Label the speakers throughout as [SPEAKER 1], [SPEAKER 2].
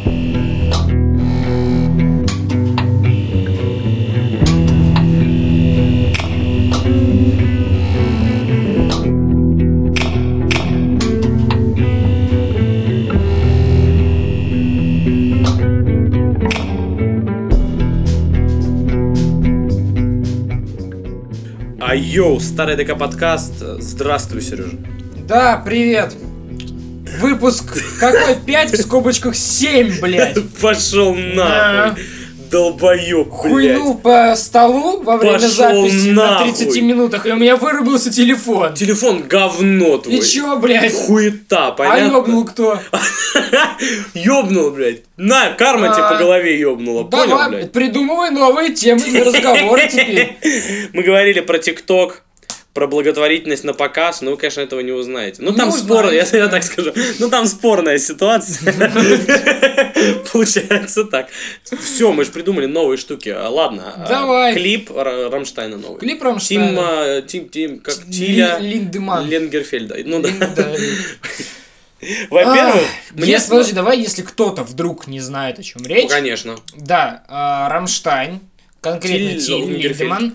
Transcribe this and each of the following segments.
[SPEAKER 1] Йоу, старый ДК подкаст. Здравствуй, Сережа.
[SPEAKER 2] Да, привет. Выпуск какой? 5 в скобочках 7, блядь.
[SPEAKER 1] Пошел нахуй. Долбоёб, блядь.
[SPEAKER 2] Хуйнул по столу во время
[SPEAKER 1] Пошел
[SPEAKER 2] записи
[SPEAKER 1] нахуй.
[SPEAKER 2] на 30 минутах, и у меня вырубился телефон.
[SPEAKER 1] Телефон говно твой.
[SPEAKER 2] И чё, блядь?
[SPEAKER 1] Хуета, понятно?
[SPEAKER 2] А ёбнул кто?
[SPEAKER 1] Ёбнул, блядь. На, карма тебе по голове ёбнула, понял,
[SPEAKER 2] Давай,
[SPEAKER 1] блядь?
[SPEAKER 2] придумывай новые темы для разговора теперь.
[SPEAKER 1] Мы говорили про ТикТок, про благотворительность на показ, но вы, конечно, этого не узнаете. Ну, там спорная, я так скажу, ну, там спорная ситуация. Получается так. Все, мы же придумали новые штуки. Ладно.
[SPEAKER 2] Давай.
[SPEAKER 1] Клип Рамштайна новый.
[SPEAKER 2] Клип Рамштайна.
[SPEAKER 1] Тим, как Тиля
[SPEAKER 2] Линдеман.
[SPEAKER 1] Ленгерфельда. Ну, да.
[SPEAKER 2] Да.
[SPEAKER 1] Во-первых, мне...
[SPEAKER 2] Подожди, давай, если кто-то вдруг не знает, о чем речь.
[SPEAKER 1] Ну, конечно.
[SPEAKER 2] Да, Рамштайн, конкретно Тиль Линдеман.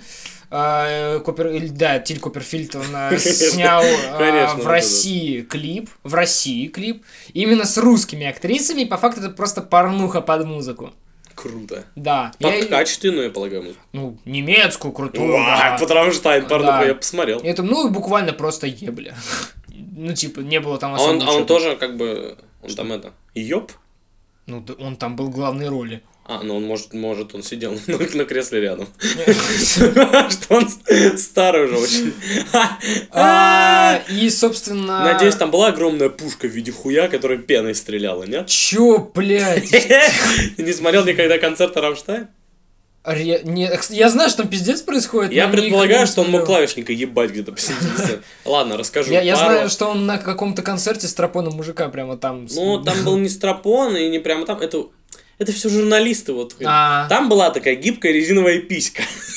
[SPEAKER 2] Тиль Копперфильд, он снял в России клип, именно с русскими актрисами, и по факту это просто порнуха под музыку.
[SPEAKER 1] Круто.
[SPEAKER 2] Да.
[SPEAKER 1] Качественную, я полагаю, музыку.
[SPEAKER 2] Ну, немецкую, крутую, да.
[SPEAKER 1] Под Рамштайн порнуха,
[SPEAKER 2] да.
[SPEAKER 1] я посмотрел.
[SPEAKER 2] Это, буквально просто ебля. Ну, типа, не было там особо...
[SPEAKER 1] он тоже, как бы, он там ёб?
[SPEAKER 2] Ну, он там был в главной роли.
[SPEAKER 1] Ну он может он сидел на кресле рядом. Что он старый уже очень.
[SPEAKER 2] И, собственно...
[SPEAKER 1] Надеюсь, там была огромная пушка в виде хуя, которая пеной стреляла, нет?
[SPEAKER 2] Чё, блядь?
[SPEAKER 1] Ты не смотрел никогда концерта Рамштайн?
[SPEAKER 2] Я знаю, что там пиздец происходит.
[SPEAKER 1] Я предполагаю, что он мог клавишника ебать где-то посидеть. Ладно, расскажу.
[SPEAKER 2] Я знаю, что он на каком-то концерте с тропоном мужика прямо там...
[SPEAKER 1] Ну, там был не стропон и не прямо там, это все журналисты, вот. Там была такая гибкая резиновая писька.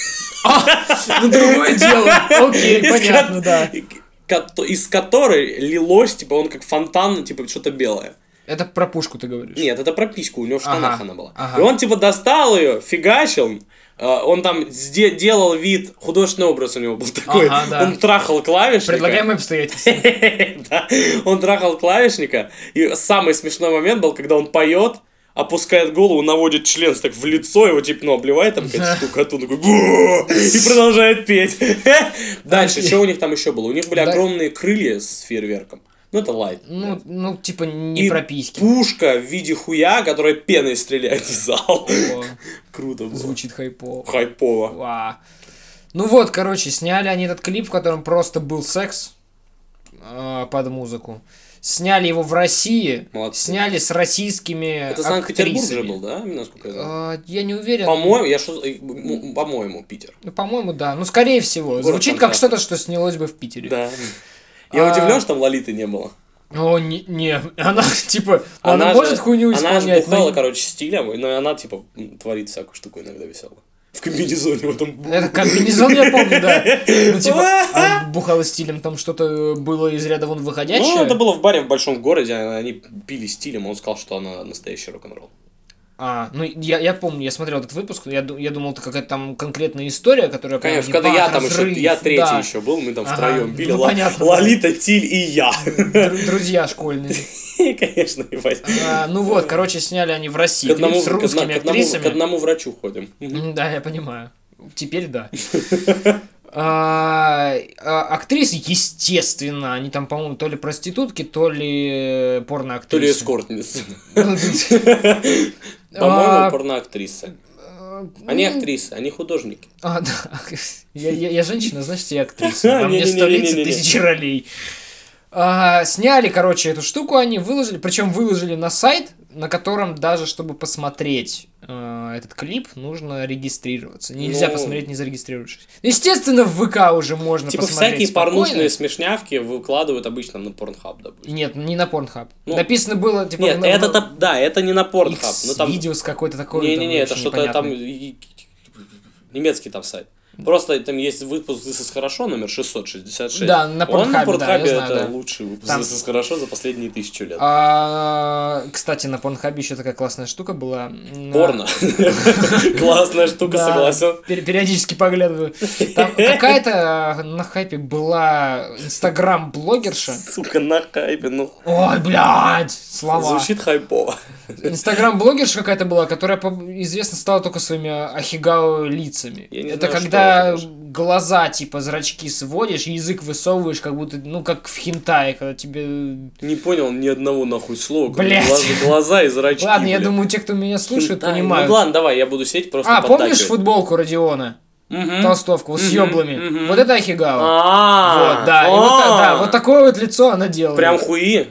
[SPEAKER 2] Ну, другое дело. Окей, понятно, да.
[SPEAKER 1] Из которой лилось, типа, он как фонтан, типа, что-то белое.
[SPEAKER 2] Это про пушку ты говоришь?
[SPEAKER 1] Нет, это про письку, у него в штанах она была.
[SPEAKER 2] Ага.
[SPEAKER 1] И он, типа, достал ее, фигачил, он там делал вид, художественный образ у него был такой,
[SPEAKER 2] да.
[SPEAKER 1] Он трахал клавишника.
[SPEAKER 2] Предлагаемые обстоятельства.
[SPEAKER 1] Да, он трахал клавишника, и самый смешной момент был, когда он поет, опускает голову, наводит член так в лицо, его типа, обливает там какая-то штукатура, такой, и продолжает петь. Дальше, что у них там еще было? У них были огромные крылья с фейерверком. Ну, это лайт.
[SPEAKER 2] Ну, типа, не про письки.
[SPEAKER 1] Пушка в виде хуя, которая пеной стреляет в зал. Круто было.
[SPEAKER 2] Звучит хайпово.
[SPEAKER 1] Хайпово.
[SPEAKER 2] Ну вот, короче, сняли они этот клип, в котором просто был секс под музыку. Сняли его в России.
[SPEAKER 1] Молодцы.
[SPEAKER 2] Сняли с российскими
[SPEAKER 1] Это Санкт-Петербург
[SPEAKER 2] актрисами.
[SPEAKER 1] же был, да? Насколько я знаю.
[SPEAKER 2] Я не уверен.
[SPEAKER 1] По-моему, Питер.
[SPEAKER 2] По-моему, да. Ну, скорее всего.
[SPEAKER 1] Город
[SPEAKER 2] Звучит как что-то, что снялось бы в Питере.
[SPEAKER 1] Да. Я удивлен, что там Лолиты не было.
[SPEAKER 2] Не, она, типа, она может хуйню исполнять.
[SPEAKER 1] Она же бухала, короче, стилем, но она, типа, творит всякую штуку иногда веселую. В комбинезоне в этом.
[SPEAKER 2] Это комбинезон, я помню, да. Ну, типа, бухала стилем, там что-то было из ряда вон выходящее.
[SPEAKER 1] Ну, это было в баре в большом городе, они пили стилем, он сказал, что она настоящий рок-н-ролл.
[SPEAKER 2] Я помню, я смотрел этот выпуск, я думал, это какая-то там конкретная история, которая...
[SPEAKER 1] Конечно, когда я там еще, я третий еще был, мы там втроем пили, Лолита, Тиль и я.
[SPEAKER 2] Друзья школьные.
[SPEAKER 1] Конечно, ебать.
[SPEAKER 2] Ну вот, короче, сняли они в России клип с русскими актрисами.
[SPEAKER 1] К одному врачу ходим.
[SPEAKER 2] Да, я понимаю. Теперь да. Актрисы, естественно, они там, по-моему, то ли проститутки, то ли порноактрисы.
[SPEAKER 1] То ли эскортницы. По-моему, порноактрисы. Они актрисы, они художники.
[SPEAKER 2] Да. Я женщина, значит, я актриса. Во мне 100 лиц и 1000 ролей. Сняли, короче, эту штуку они, выложили, причем выложили на сайт, на котором даже, чтобы посмотреть этот клип, нужно регистрироваться. Нельзя посмотреть, не зарегистрировавшись. Естественно, в ВК уже можно
[SPEAKER 1] типа
[SPEAKER 2] посмотреть
[SPEAKER 1] всякие
[SPEAKER 2] спокойно.
[SPEAKER 1] Порнушные смешнявки выкладывают обычно на Pornhub, допустим.
[SPEAKER 2] Нет, не на Pornhub. Написано было, типа...
[SPEAKER 1] Нет, это не на Pornhub.
[SPEAKER 2] Видео с какой-то такой...
[SPEAKER 1] Не-не-не, это что-то там... Немецкий там сайт. Просто там есть выпуск This is хорошо, номер 666.
[SPEAKER 2] Да, на
[SPEAKER 1] Он на
[SPEAKER 2] Pornhub, да, я
[SPEAKER 1] Pornhub
[SPEAKER 2] знаю,
[SPEAKER 1] это
[SPEAKER 2] да.
[SPEAKER 1] лучший выпуск
[SPEAKER 2] Там-
[SPEAKER 1] This is хорошо за последние 1000 лет.
[SPEAKER 2] Кстати, на Pornhub еще такая классная штука была.
[SPEAKER 1] Порно. Классная штука,
[SPEAKER 2] Да,
[SPEAKER 1] согласен.
[SPEAKER 2] периодически поглядываю. Там какая-то на хайпе была инстаграм-блогерша.
[SPEAKER 1] Сука, на хайпе, ну.
[SPEAKER 2] Ой, блядь, слова.
[SPEAKER 1] Звучит хайпово.
[SPEAKER 2] Инстаграм-блогерша какая-то была, которая известна стала только своими ахигао лицами.
[SPEAKER 1] Я не
[SPEAKER 2] Это
[SPEAKER 1] знаю,
[SPEAKER 2] когда
[SPEAKER 1] что это
[SPEAKER 2] глаза, типа, зрачки сводишь, язык высовываешь, как будто, ну, как в хентае, когда тебе...
[SPEAKER 1] Не понял ни одного нахуй слова.
[SPEAKER 2] Блядь.
[SPEAKER 1] Глаза и зрачки.
[SPEAKER 2] Ладно, я
[SPEAKER 1] блядь.
[SPEAKER 2] думаю, те, кто меня слушает,
[SPEAKER 1] Хентай.
[SPEAKER 2] понимают.
[SPEAKER 1] Ну ладно, давай, я буду сидеть просто
[SPEAKER 2] Помнишь
[SPEAKER 1] поддакивать.
[SPEAKER 2] футболку Родиона?
[SPEAKER 1] Мгм.
[SPEAKER 2] Толстовку вот с
[SPEAKER 1] Мгм,
[SPEAKER 2] ёблами?
[SPEAKER 1] мгм.
[SPEAKER 2] Вот это ахигао.
[SPEAKER 1] А,
[SPEAKER 2] Вот, да. И вот, да, вот такое вот лицо она делала.
[SPEAKER 1] Прям хуи.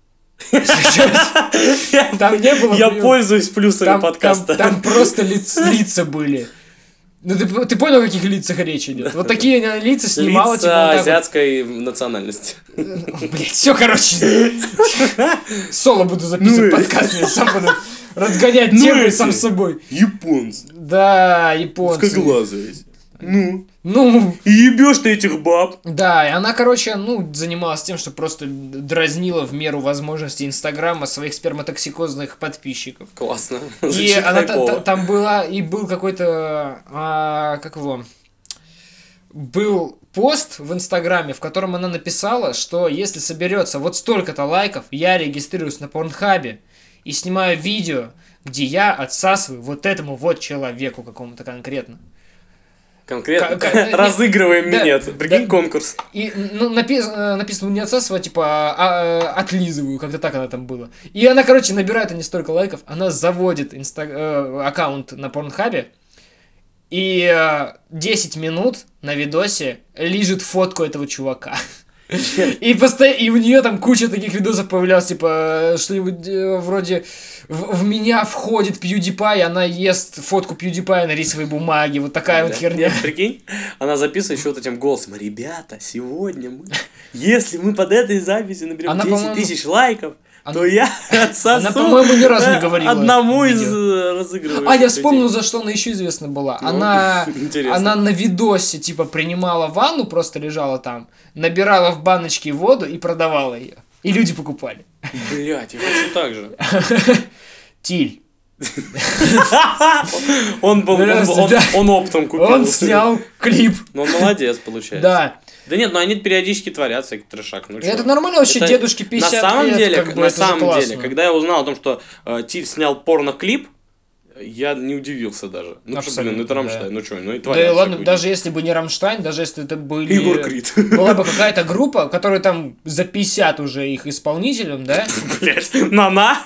[SPEAKER 2] Там не было
[SPEAKER 1] Я
[SPEAKER 2] хуёв.
[SPEAKER 1] пользуюсь плюсами подкаста.
[SPEAKER 2] Там просто лица были. Ну ты понял, о каких лицах речь идет? Вот такие лица снимала, типа,
[SPEAKER 1] Лица
[SPEAKER 2] вот так вот.
[SPEAKER 1] азиатской национальности.
[SPEAKER 2] Блять, все, короче. Соло буду записывать
[SPEAKER 1] Ну и-
[SPEAKER 2] подкаст, я сам буду разгонять
[SPEAKER 1] Ну
[SPEAKER 2] тему
[SPEAKER 1] эти.
[SPEAKER 2] сам с собой.
[SPEAKER 1] Японцы.
[SPEAKER 2] Да, японцы.
[SPEAKER 1] Узкоглазые. Ну.
[SPEAKER 2] Ну,
[SPEAKER 1] И ебешь ты этих баб.
[SPEAKER 2] да, и она, короче, ну, занималась тем, что просто дразнила в меру возможностей Инстаграма своих сперматоксикозных подписчиков.
[SPEAKER 1] Классно.
[SPEAKER 2] И
[SPEAKER 1] Звучит
[SPEAKER 2] она
[SPEAKER 1] хайпово.
[SPEAKER 2] там была, и был какой-то, как его, был пост в Инстаграме, в котором она написала, что если соберется вот столько-то лайков, я регистрируюсь на Порнхабе и снимаю видео, где я отсасываю вот этому вот человеку какому-то конкретно.
[SPEAKER 1] Конкретно.
[SPEAKER 2] Ка-
[SPEAKER 1] Разыгрываем
[SPEAKER 2] да,
[SPEAKER 1] минет. Прикинь,
[SPEAKER 2] да.
[SPEAKER 1] конкурс.
[SPEAKER 2] И ну, написано не отсасываю, а типа отлизываю, как-то так она там было. И она, короче, набирает не столько лайков, она заводит аккаунт на Порнхабе, и 10 минут на видосе лижет фотку этого чувака. И у нее там куча таких видосов появлялось, типа, что-нибудь вроде в меня входит PewDiePie, она ест фотку PewDiePie на рисовой бумаге, вот такая вот
[SPEAKER 1] Да.
[SPEAKER 2] херня.
[SPEAKER 1] Нет, прикинь, она записывает еще вот этим голосом. Ребята, сегодня если мы под этой записью наберем
[SPEAKER 2] Она,
[SPEAKER 1] 10
[SPEAKER 2] по-моему,
[SPEAKER 1] тысяч лайков,
[SPEAKER 2] она-
[SPEAKER 1] то я отсосу
[SPEAKER 2] Она, по-моему, ни разу не говорила
[SPEAKER 1] одному
[SPEAKER 2] в
[SPEAKER 1] из
[SPEAKER 2] видео.
[SPEAKER 1] разыгрывающих
[SPEAKER 2] Я
[SPEAKER 1] людей.
[SPEAKER 2] вспомнил, за что она еще известна была.
[SPEAKER 1] Ну,
[SPEAKER 2] Она
[SPEAKER 1] интересно.
[SPEAKER 2] на видосе, типа, принимала ванну, просто лежала там, набирала в баночки воду и продавала ее. И люди покупали.
[SPEAKER 1] Блять, я хочу так же.
[SPEAKER 2] Тиль.
[SPEAKER 1] Он
[SPEAKER 2] Да.
[SPEAKER 1] оптом купил.
[SPEAKER 2] Он снял клип.
[SPEAKER 1] Ну, он молодец, получается.
[SPEAKER 2] Да.
[SPEAKER 1] Да нет, ну они периодически творят всякий трешак. Ну,
[SPEAKER 2] И
[SPEAKER 1] чё?
[SPEAKER 2] это нормально вообще,
[SPEAKER 1] Это
[SPEAKER 2] дедушке 50
[SPEAKER 1] на самом
[SPEAKER 2] лет,
[SPEAKER 1] деле,
[SPEAKER 2] как бы,
[SPEAKER 1] на
[SPEAKER 2] это же
[SPEAKER 1] самом
[SPEAKER 2] классно.
[SPEAKER 1] деле, когда я узнал о том, что Тиль снял порно-клип, я не удивился даже. Ну, что, блин, ну это
[SPEAKER 2] Абсолютно,
[SPEAKER 1] Рамштайн,
[SPEAKER 2] да.
[SPEAKER 1] ну что, ну и
[SPEAKER 2] Да
[SPEAKER 1] творят
[SPEAKER 2] и ладно,
[SPEAKER 1] всякую
[SPEAKER 2] даже если бы не Рамштайн, даже если это были...
[SPEAKER 1] Егор Крид.
[SPEAKER 2] Была бы какая-то группа, которая там за 50 уже их исполнителем, да?
[SPEAKER 1] Блять, Нана?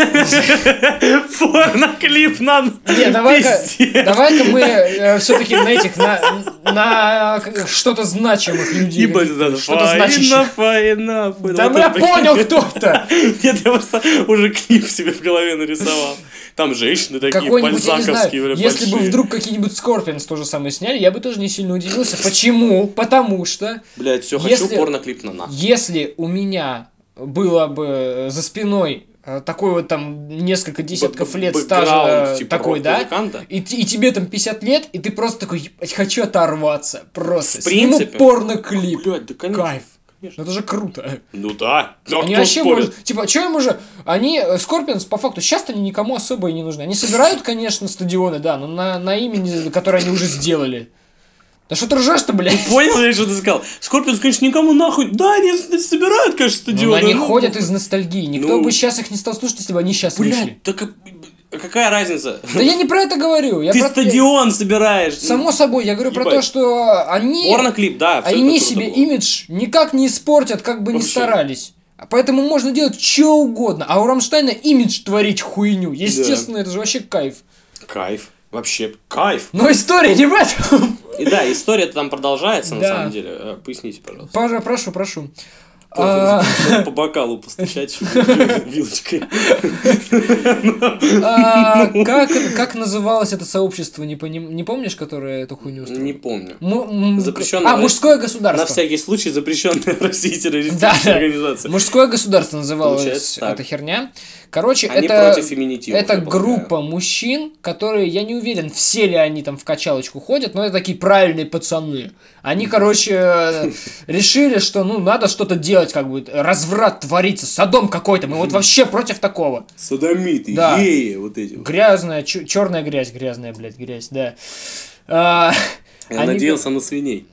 [SPEAKER 1] Порно-клип Нана.
[SPEAKER 2] Не, давай-ка
[SPEAKER 1] Пиздец.
[SPEAKER 2] мы все-таки на этих, на что-то значимых людей.
[SPEAKER 1] Ебать, это
[SPEAKER 2] Что-то значащих.
[SPEAKER 1] фаина.
[SPEAKER 2] Да я понял кто-то.
[SPEAKER 1] Нет, я просто уже клип себе в голове нарисовал. Там женщины такие
[SPEAKER 2] Какой-нибудь, я не
[SPEAKER 1] бальзаковские,
[SPEAKER 2] знаю,
[SPEAKER 1] бля,
[SPEAKER 2] если бы
[SPEAKER 1] большие.
[SPEAKER 2] вдруг какие-нибудь Скорпионс то же самое сняли, я бы тоже не сильно удивился. Почему? Потому что
[SPEAKER 1] Блять, все, хочу
[SPEAKER 2] Если-
[SPEAKER 1] порно-клип Нана.
[SPEAKER 2] если у меня было бы за спиной такой вот там несколько десятков лет стажа
[SPEAKER 1] Бэкграунд, типа,
[SPEAKER 2] такой, да,
[SPEAKER 1] рок-музыканта.
[SPEAKER 2] и тебе там 50 лет, и ты просто такой, «Ебать, хочу оторваться, просто
[SPEAKER 1] В
[SPEAKER 2] сниму
[SPEAKER 1] принципе.
[SPEAKER 2] порно-клип,
[SPEAKER 1] Блять, да конечно.
[SPEAKER 2] кайф,
[SPEAKER 1] Конечно.
[SPEAKER 2] это же круто.
[SPEAKER 1] Ну да. Да,
[SPEAKER 2] Они
[SPEAKER 1] кто
[SPEAKER 2] вообще
[SPEAKER 1] спорит?
[SPEAKER 2] может, типа, что им уже, они, Скорпионс, по факту, сейчас они никому особо и не нужны. Они собирают, конечно, стадионы, да, но на имени, которое они уже сделали. Да что ты ржешь-то, блядь?
[SPEAKER 1] Понял, я что ты сказал? Скорпионс, конечно, никому нахуй. Да, они собирают, конечно,
[SPEAKER 2] Ну,
[SPEAKER 1] стадионы.
[SPEAKER 2] они
[SPEAKER 1] ну,
[SPEAKER 2] ходят из ностальгии. Никто
[SPEAKER 1] ну.
[SPEAKER 2] бы сейчас их не стал слушать, если бы они сейчас вышли.
[SPEAKER 1] Блядь, так какая разница?
[SPEAKER 2] Да я не про это говорю. Я
[SPEAKER 1] Ты
[SPEAKER 2] про
[SPEAKER 1] стадион собираешь.
[SPEAKER 2] Само собой, я говорю про
[SPEAKER 1] Ебать.
[SPEAKER 2] то, что они...
[SPEAKER 1] Порно-клип, да, абсолютно
[SPEAKER 2] Они
[SPEAKER 1] круто
[SPEAKER 2] себе
[SPEAKER 1] было.
[SPEAKER 2] имидж никак не испортят, как бы ни
[SPEAKER 1] Вообще.
[SPEAKER 2] старались. Поэтому можно делать что угодно. А у Рамштайна имидж творить хуйню. Естественно, это же вообще кайф.
[SPEAKER 1] Кайф. Вообще, кайф.
[SPEAKER 2] Но история не в этом.
[SPEAKER 1] И да, история там продолжается, на
[SPEAKER 2] Да.
[SPEAKER 1] самом деле. Поясните, пожалуйста.
[SPEAKER 2] Прошу.
[SPEAKER 1] По бокалу постучать вилочкой.
[SPEAKER 2] Как называлось это сообщество, не помнишь, которое эту хуйню устроило?
[SPEAKER 1] Не помню.
[SPEAKER 2] Запрещенное. Мужское государство.
[SPEAKER 1] На всякий случай запрещенная в России террористическая организация.
[SPEAKER 2] Мужское государство называлась эта херня. Короче, это группа мужчин, которые, я не уверен, все ли они там в качалочку ходят, но это такие правильные пацаны. Они, короче, решили, что, надо что-то делать, как бы, разврат творится, содом какой-то, мы вот вообще против такого.
[SPEAKER 1] Содомиты, геи, вот эти.
[SPEAKER 2] Грязная, черная грязь, блядь, грязь, да.
[SPEAKER 1] Я надеялся на свиней.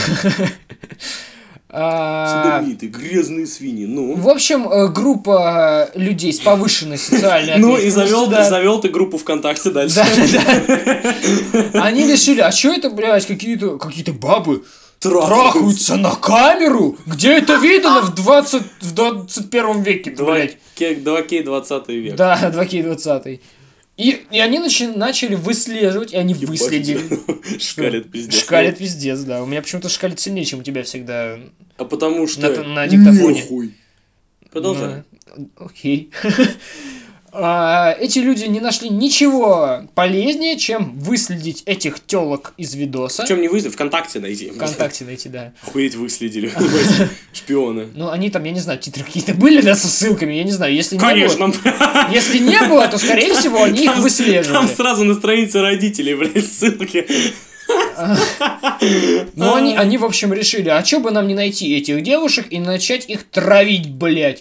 [SPEAKER 1] Содомиты, грязные свиньи,
[SPEAKER 2] В общем, группа людей с повышенной социальной ответственностью.
[SPEAKER 1] И завел ты группу ВКонтакте дальше.
[SPEAKER 2] Да. Они решили, а что это, блядь, какие-то бабы трахаются на камеру? Где это видно в 21 веке, блядь?
[SPEAKER 1] 2К 20 век.
[SPEAKER 2] Да, 2К 20. И они начали выслеживать, и они выследили.
[SPEAKER 1] Шкалит пиздец.
[SPEAKER 2] Шкалит пиздец, да. У меня почему-то шкалит сильнее, чем у тебя всегда.
[SPEAKER 1] А потому что...
[SPEAKER 2] На диктофоне.
[SPEAKER 1] Нахуй. Продолжай.
[SPEAKER 2] Окей. Эти люди не нашли ничего полезнее, чем выследить этих телок из видоса.
[SPEAKER 1] Причем не выследить, ВКонтакте найти.
[SPEAKER 2] ВКонтакте найти, да.
[SPEAKER 1] Охуеть, выследили. Шпионы.
[SPEAKER 2] Они там, я не знаю, титры какие-то были, да, со ссылками, я не знаю, если не
[SPEAKER 1] Конечно.
[SPEAKER 2] было. Если не было, то, скорее всего, они их выслеживали.
[SPEAKER 1] Там сразу на странице родителей, блядь, ссылки.
[SPEAKER 2] Но они, в общем, решили, а чё бы нам не найти этих девушек и начать их травить, блядь.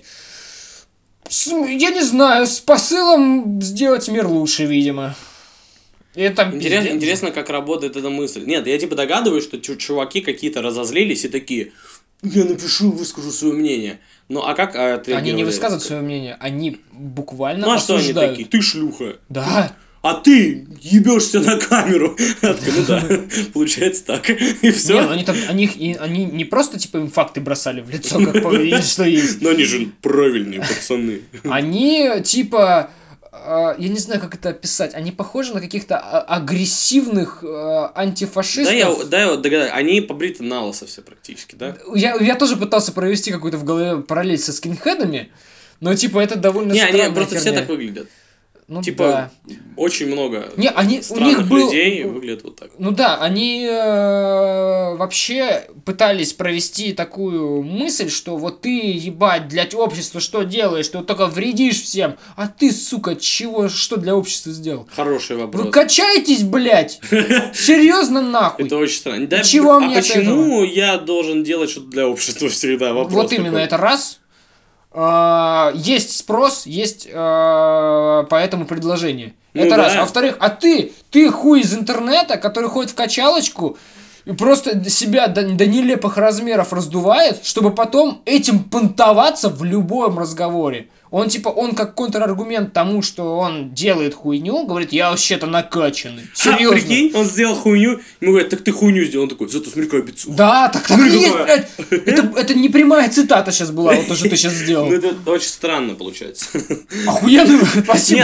[SPEAKER 2] Я не знаю, с посылом сделать мир лучше, видимо.
[SPEAKER 1] Интересно, как работает эта мысль. Нет, я типа догадываюсь, что чуваки какие-то разозлились и такие: я напишу, выскажу свое мнение. Ну, а как отреагировали?
[SPEAKER 2] Они не высказывают свое мнение, они буквально осуждают.
[SPEAKER 1] А что они такие? Ты шлюха.
[SPEAKER 2] Да.
[SPEAKER 1] А ты ебешься на камеру. Ну да, получается так. И все.
[SPEAKER 2] Нет, они не просто типа им факты бросали в лицо, как что есть.
[SPEAKER 1] Но они же правильные пацаны.
[SPEAKER 2] Они типа, я не знаю, как это описать, они похожи на каких-то агрессивных антифашистов.
[SPEAKER 1] Да, я догадаюсь. Они побриты на лысо все практически, да?
[SPEAKER 2] Я тоже пытался провести какую-то в голове параллель со скинхедами, но типа это довольно странная
[SPEAKER 1] они просто
[SPEAKER 2] херня.
[SPEAKER 1] все так выглядят.
[SPEAKER 2] Ну,
[SPEAKER 1] типа, очень много
[SPEAKER 2] странных
[SPEAKER 1] людей выглядят вот так.
[SPEAKER 2] Ну да, они вообще пытались провести такую мысль, что вот ты, ебать, для общества что делаешь? Ты вот только вредишь всем, а ты, сука, что для общества сделал?
[SPEAKER 1] Хороший вопрос.
[SPEAKER 2] Вы качаетесь, блядь? Серьезно, нахуй?
[SPEAKER 1] Это очень странно. Почему я должен делать что-то для общества всегда? Вопрос
[SPEAKER 2] вот именно, это раз. Есть спрос, есть по этому предложению. Это раз. А во-вторых, ты хуй из интернета, который ходит в качалочку и просто себя до нелепых размеров раздувает, чтобы потом этим понтоваться в любом разговоре. Он как контраргумент тому, что он делает хуйню, говорит, я вообще-то накачанный. Серьезно.
[SPEAKER 1] Прикинь, он сделал хуйню, ему говорят, так ты хуйню сделал. Он такой, зато смотри, какая пиццу.
[SPEAKER 2] Да, так и есть, блядь. Это не прямая цитата сейчас была, вот то, что ты сейчас сделал.
[SPEAKER 1] Ну, это очень странно получается.
[SPEAKER 2] Охуенно, спасибо.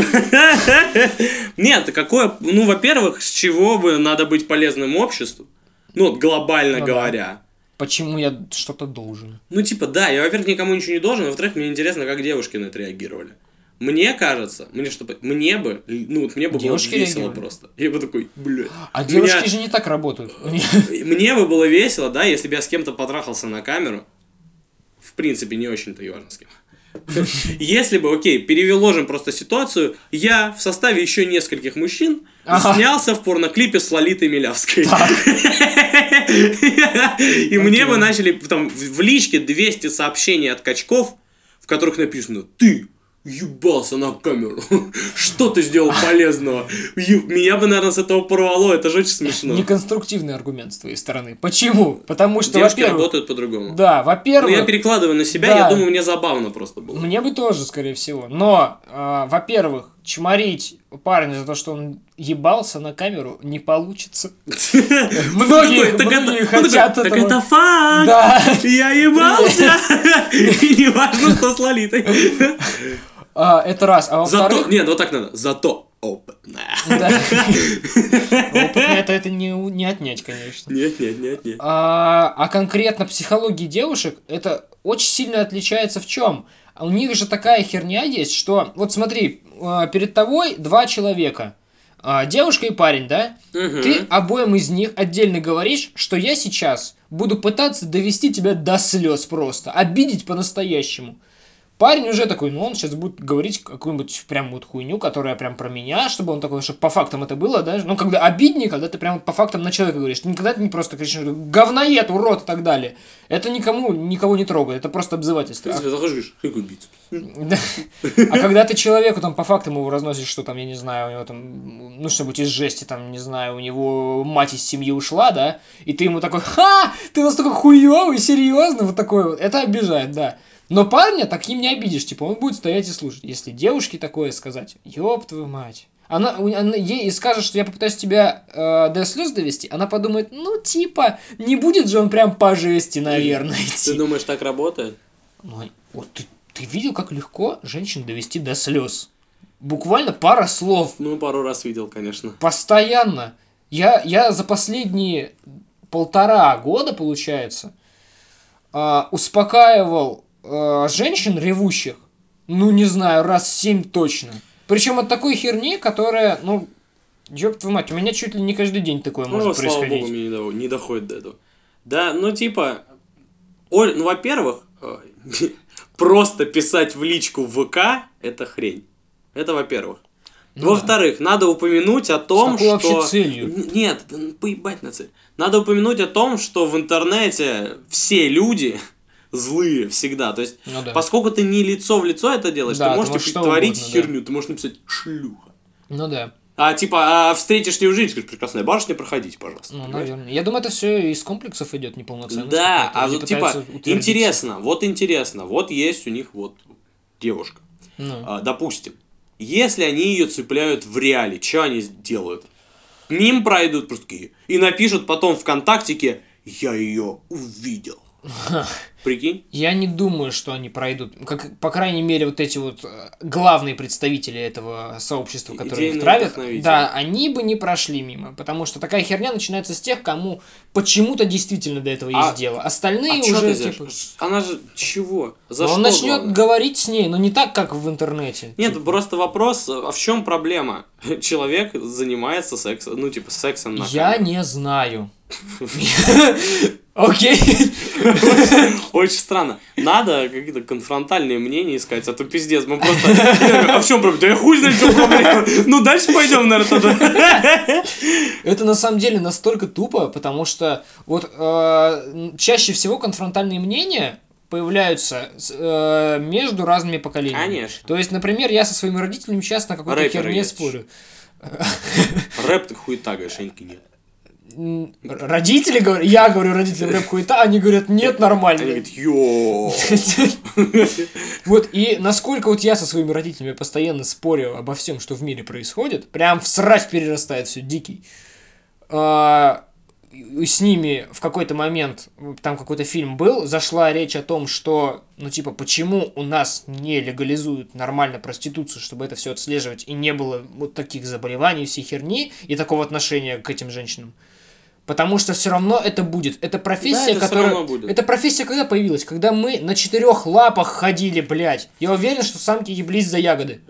[SPEAKER 1] Нет, какое, во-первых, с чего бы надо быть полезным обществу? Глобально говоря.
[SPEAKER 2] Почему я что-то должен?
[SPEAKER 1] Да, я, во-первых, никому ничего не должен, а во-вторых, мне интересно, как девушки на это реагировали. Мне кажется, мне бы было весело просто. Я бы такой, блядь.
[SPEAKER 2] А девушки же не так работают.
[SPEAKER 1] Мне бы было весело, да, если бы я с кем-то потрахался на камеру. В принципе, не очень-то и важно с кем. Если бы, переложим просто ситуацию, я в составе еще нескольких мужчин снялся в порноклипе с Лолитой Милявской. И мне бы начали там в личке 200 сообщений от качков, в которых написано: ты ебался на камеру. Что ты сделал полезного? Меня бы, наверное, с этого порвало. Это же очень смешно.
[SPEAKER 2] Неконструктивный аргумент с твоей стороны. Почему? Потому что,
[SPEAKER 1] девушки работают по-другому.
[SPEAKER 2] Да, во-первых...
[SPEAKER 1] я перекладываю на себя, я думаю, мне забавно просто было.
[SPEAKER 2] Мне бы тоже, скорее всего. Но, во-первых, чморить парня за то, что он ебался на камеру, не получится. Многие хотят этого.
[SPEAKER 1] Так это факт! Я ебался! И не важно, что с Лолитой.
[SPEAKER 2] Это раз. А во-вторых...
[SPEAKER 1] Зато, ну так надо, зато опытная.
[SPEAKER 2] Да. Опытная это не отнять, конечно.
[SPEAKER 1] Нет.
[SPEAKER 2] А конкретно психология девушек, это очень сильно отличается в чем? У них же такая херня есть, что... Вот смотри, перед тобой два человека. Девушка и парень, да? Ты обоим из них отдельно говоришь, что я сейчас буду пытаться довести тебя до слез просто. Обидеть по-настоящему. Парень уже такой, он сейчас будет говорить какую-нибудь прям вот хуйню, которая прям про меня, чтобы он такой, чтобы по фактам это было, да? Ну, когда обиднее, когда ты прям вот по фактам на человека говоришь. Никогда ты не просто кричишь, говноед, урод и так далее. Это никого не трогает, это просто обзывательство.
[SPEAKER 1] Ты захожишь, как убийца.
[SPEAKER 2] А когда ты человеку там по фактам его разносишь, что там, я не знаю, у него там, ну, что-нибудь из жести, там, не знаю, у него мать из семьи ушла, да? И ты ему такой, ты настолько хуёвый, серьезно, вот такой вот. Это обижает, да. Но парня таким не обидишь, типа, он будет стоять и слушать. Если девушке такое сказать, ёб твою мать. Она ей скажет, что я попытаюсь тебя до слез довести, она подумает, ну, типа, не будет же он прям по жести, наверное, идти.
[SPEAKER 1] Ты думаешь, так работает?
[SPEAKER 2] Ну, вот ты видел, как легко женщин довести до слез? Буквально пара слов.
[SPEAKER 1] Ну, пару раз видел, конечно.
[SPEAKER 2] Постоянно. Я за последние 1,5 года, получается, успокаивал женщин ревущих, ну, не знаю, раз 7 точно. Причем от такой херни, которая, ну, ёб твою мать, у меня чуть ли не каждый день такое может происходить.
[SPEAKER 1] Слава богу, мне не доходит до этого. Да, ну, типа, ну, во-первых, просто писать в личку в ВК – это хрень. Это во-первых. Ну, во-вторых, надо упомянуть о том,
[SPEAKER 2] с какой
[SPEAKER 1] что...
[SPEAKER 2] вообще целью?
[SPEAKER 1] Нет, поебать на цель. Надо упомянуть о том, что в интернете все люди... злые всегда. То есть, поскольку ты не лицо в лицо это делаешь, ты можешь творить херню, ты можешь написать шлюха.
[SPEAKER 2] Ну да.
[SPEAKER 1] А встретишь ее в жизни, скажешь, прекрасная барышня, проходите, пожалуйста.
[SPEAKER 2] Ну, наверное. Я думаю, это все из комплексов идет неполноценность.
[SPEAKER 1] Да, а вот типа, интересно, вот есть у них вот девушка. Допустим, если они ее цепляют в реале, что они делают? Мимо пройдут просто такие и напишут потом ВКонтактике «Я ее увидел». Прикинь?
[SPEAKER 2] Я не думаю, что они пройдут. Как, по крайней мере, вот эти вот главные представители этого сообщества, которые их травят, да, они бы не прошли мимо. Потому что такая херня начинается с тех, кому почему-то действительно до этого есть дело. Остальные уже типа...
[SPEAKER 1] Она же чего?
[SPEAKER 2] За что? Он начнет говорить с ней, но не так, как в интернете.
[SPEAKER 1] Нет, типа. Просто вопрос, а в чем проблема? Человек занимается сексом, ну типа сексом на
[SPEAKER 2] Я не знаю. Окей.
[SPEAKER 1] Очень странно. Надо какие-то конфронтальные мнения искать, а то пиздец. Мы просто... А в чем проблема? Да я хуй знаю, в чем проблема. Ну, дальше пойдем, наверное, тогда.
[SPEAKER 2] Это на самом деле настолько тупо, потому что вот чаще всего конфронтальные мнения появляются между разными поколениями.
[SPEAKER 1] Конечно.
[SPEAKER 2] То есть, например, я со своими родителями сейчас на какой-то херне спорю.
[SPEAKER 1] Рэп ты хуета, Гашеньки нет.
[SPEAKER 2] Родители говорят, я говорю родителям рэп хуета, они говорят, нет, нормально.
[SPEAKER 1] Они говорят, йооо.
[SPEAKER 2] Вот, и насколько вот я со своими родителями постоянно спорю обо всем, что в мире происходит, прям в срач перерастает все, дикий. С ними в какой-то момент, там какой-то фильм был, зашла речь о том, что, ну типа, почему у нас не легализуют нормально проституцию, чтобы это все отслеживать, и не было вот таких заболеваний, всей херни, и такого отношения к этим женщинам. Потому что все равно это будет. Это профессия,
[SPEAKER 1] да,
[SPEAKER 2] которая... Это профессия когда появилась? Когда мы на 4 лапах ходили, блядь. Я уверен, что самки еблись за ягоды.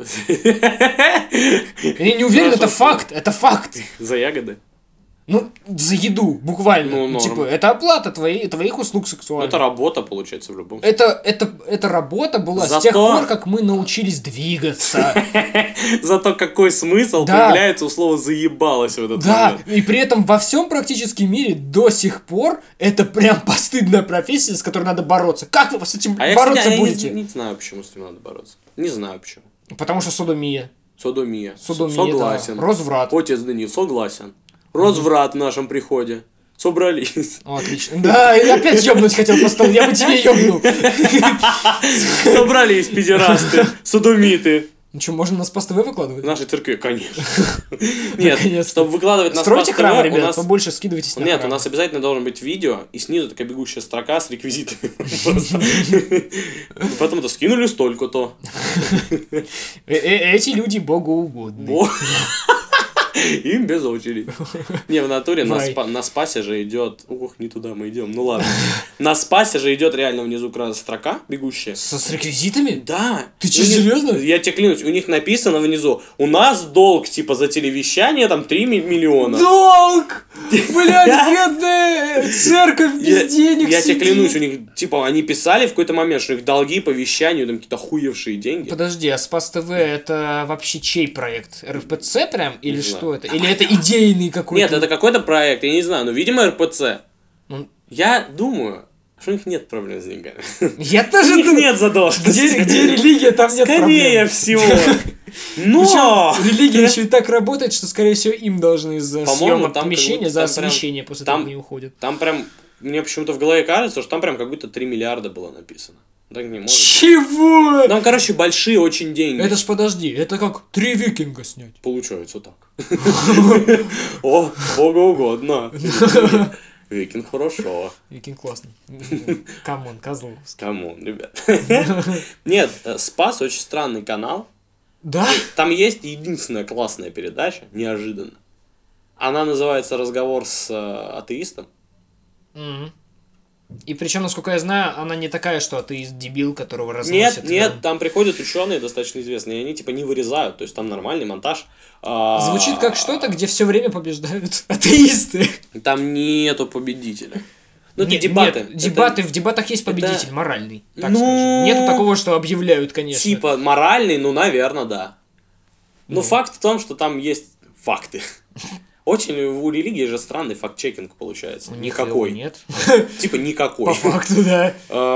[SPEAKER 2] Я не уверен, это факт. Это факт.
[SPEAKER 1] За ягоды?
[SPEAKER 2] Ну, за еду, буквально.
[SPEAKER 1] Ну,
[SPEAKER 2] типа, это оплата твоих услуг сексуальных.
[SPEAKER 1] Это работа, получается, в любом случае.
[SPEAKER 2] Это работа была с тех пор, как мы научились двигаться.
[SPEAKER 1] Зато какой смысл появляется у слова «заебалось» в этот момент.
[SPEAKER 2] Да, и при этом во всем практически мире до сих пор это прям постыдная профессия, с которой надо бороться. Как вы с этим бороться будете?
[SPEAKER 1] Я не знаю, почему с этим надо бороться. Не знаю, почему.
[SPEAKER 2] Потому что содомия.
[SPEAKER 1] Содомия.
[SPEAKER 2] Согласен. Да. Разврат.
[SPEAKER 1] Отец Данил, согласен. Разврат в нашем приходе. Собрались.
[SPEAKER 2] Отлично. Да, и опять ёбнуть хотел по столу. Я бы тебе ёбнул.
[SPEAKER 1] Собрались педерасты, содомиты.
[SPEAKER 2] Ну что, можно на Спас ТВ
[SPEAKER 1] В
[SPEAKER 2] выкладывать?
[SPEAKER 1] нашей церкви, конечно. Нет,
[SPEAKER 2] Наконец-то.
[SPEAKER 1] чтобы выкладывать на Спас
[SPEAKER 2] Стройте храм,
[SPEAKER 1] ТВ, у
[SPEAKER 2] ребят,
[SPEAKER 1] нас...
[SPEAKER 2] побольше скидывайтесь на
[SPEAKER 1] Нет, у
[SPEAKER 2] храм.
[SPEAKER 1] нас обязательно должно быть видео, и снизу такая бегущая строка с реквизитами. Просто. Потом-то скинули столько-то.
[SPEAKER 2] Эти люди богоугодны.
[SPEAKER 1] Им без очереди. Не, в натуре
[SPEAKER 2] Вай.
[SPEAKER 1] на Спасе же идет... Ух, не туда мы идем. Ну ладно. На Спасе же идет реально внизу строка бегущая.
[SPEAKER 2] С реквизитами?
[SPEAKER 1] Да.
[SPEAKER 2] Ты чё,
[SPEAKER 1] У них-
[SPEAKER 2] серьезно?
[SPEAKER 1] Я тебе клянусь, у них написано внизу: у нас долг, типа, за телевещание, там, 3 миллиона.
[SPEAKER 2] Долг! Блядь, бедная церковь без денег
[SPEAKER 1] Я тебе
[SPEAKER 2] сидит.
[SPEAKER 1] клянусь, у них, типа, они писали в какой-то момент, что у них долги по вещанию, там, какие-то хуевшие деньги.
[SPEAKER 2] Подожди, а Спас ТВ это вообще чей проект? РПЦ прям? Или
[SPEAKER 1] Не
[SPEAKER 2] что
[SPEAKER 1] знаю.
[SPEAKER 2] это? Или это идейный какой-то?
[SPEAKER 1] Нет, это какой-то проект, я не знаю, но, видимо, РПЦ.
[SPEAKER 2] Ну,
[SPEAKER 1] Я думаю, что у них нет проблем с деньгами.
[SPEAKER 2] Я
[SPEAKER 1] У
[SPEAKER 2] тоже
[SPEAKER 1] них
[SPEAKER 2] думаю,
[SPEAKER 1] нет задолженности.
[SPEAKER 2] где религия, там нет
[SPEAKER 1] Скорее
[SPEAKER 2] проблем.
[SPEAKER 1] всего. Но!
[SPEAKER 2] Причем религия еще и так работает, что, скорее всего, им должны за
[SPEAKER 1] По-моему,
[SPEAKER 2] съемок
[SPEAKER 1] там как
[SPEAKER 2] помещения,
[SPEAKER 1] будто
[SPEAKER 2] за
[SPEAKER 1] там прям-
[SPEAKER 2] освещение после
[SPEAKER 1] там-
[SPEAKER 2] того, как они уходят.
[SPEAKER 1] Там прям, мне почему-то в голове кажется, что там прям как будто 3 миллиарда было написано. Так не может быть.
[SPEAKER 2] Чего?
[SPEAKER 1] Там, короче, большие очень деньги.
[SPEAKER 2] Это ж подожди, это как 3 викинга снять.
[SPEAKER 1] Получается так. О, богоугодно. Викинг хорошо.
[SPEAKER 2] Викинг классно. Камон, Козловский.
[SPEAKER 1] Камон, ребят. Нет, Спас очень странный канал.
[SPEAKER 2] Да?
[SPEAKER 1] Там есть единственная классная передача, неожиданно. Она называется «Разговор с атеистом».
[SPEAKER 2] Мгм. И причем, насколько я знаю, она не такая, что атеист дебил, которого разносят.
[SPEAKER 1] Нет, там приходят ученые достаточно известные, и они типа не вырезают, то есть там нормальный монтаж.
[SPEAKER 2] Звучит как что-то, где все время побеждают атеисты.
[SPEAKER 1] Там нету победителя. Ну, это
[SPEAKER 2] Нет,
[SPEAKER 1] дебаты.
[SPEAKER 2] нет, дебаты, в дебатах есть победитель,
[SPEAKER 1] это-
[SPEAKER 2] моральный, так
[SPEAKER 1] Ну,
[SPEAKER 2] скажем. Нету такого, что объявляют, конечно.
[SPEAKER 1] Типа моральный, ну, наверное, да. Но
[SPEAKER 2] Ну.
[SPEAKER 1] факт в том, что там есть факты. Очень у религии же странный факт-чекинг получается.
[SPEAKER 2] У них
[SPEAKER 1] Никакой.
[SPEAKER 2] его нет.
[SPEAKER 1] Типа никакой.
[SPEAKER 2] По факту, да.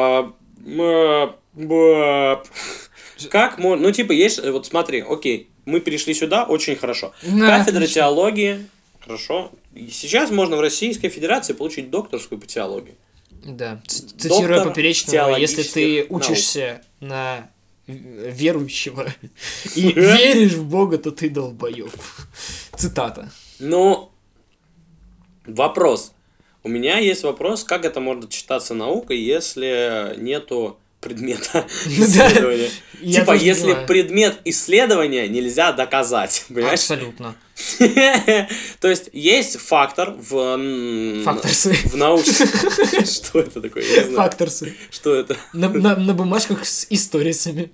[SPEAKER 1] Как можно... Ну, типа, есть... Вот смотри, окей, мы перешли сюда, очень хорошо.
[SPEAKER 2] Да,
[SPEAKER 1] Кафедра
[SPEAKER 2] отлично.
[SPEAKER 1] теологии, хорошо. И сейчас можно в Российской Федерации получить докторскую по теологии.
[SPEAKER 2] Да. Цитируя
[SPEAKER 1] Доктор
[SPEAKER 2] Поперечного, если ты
[SPEAKER 1] теологических
[SPEAKER 2] учишься на верующего и веришь в Бога, то ты долбоёб. Цитата.
[SPEAKER 1] Ну, вопрос. У меня есть вопрос, как это может считаться наукой, если нету предмета исследования.
[SPEAKER 2] Я
[SPEAKER 1] Типа,
[SPEAKER 2] тоже
[SPEAKER 1] если
[SPEAKER 2] понимаю.
[SPEAKER 1] предмет исследования нельзя доказать, понимаешь?
[SPEAKER 2] Абсолютно.
[SPEAKER 1] То есть, есть фактор
[SPEAKER 2] Факторсы.
[SPEAKER 1] в научном... Что это такое? Я не знаю.
[SPEAKER 2] Факторсы.
[SPEAKER 1] Что это?
[SPEAKER 2] На бумажках с историсами.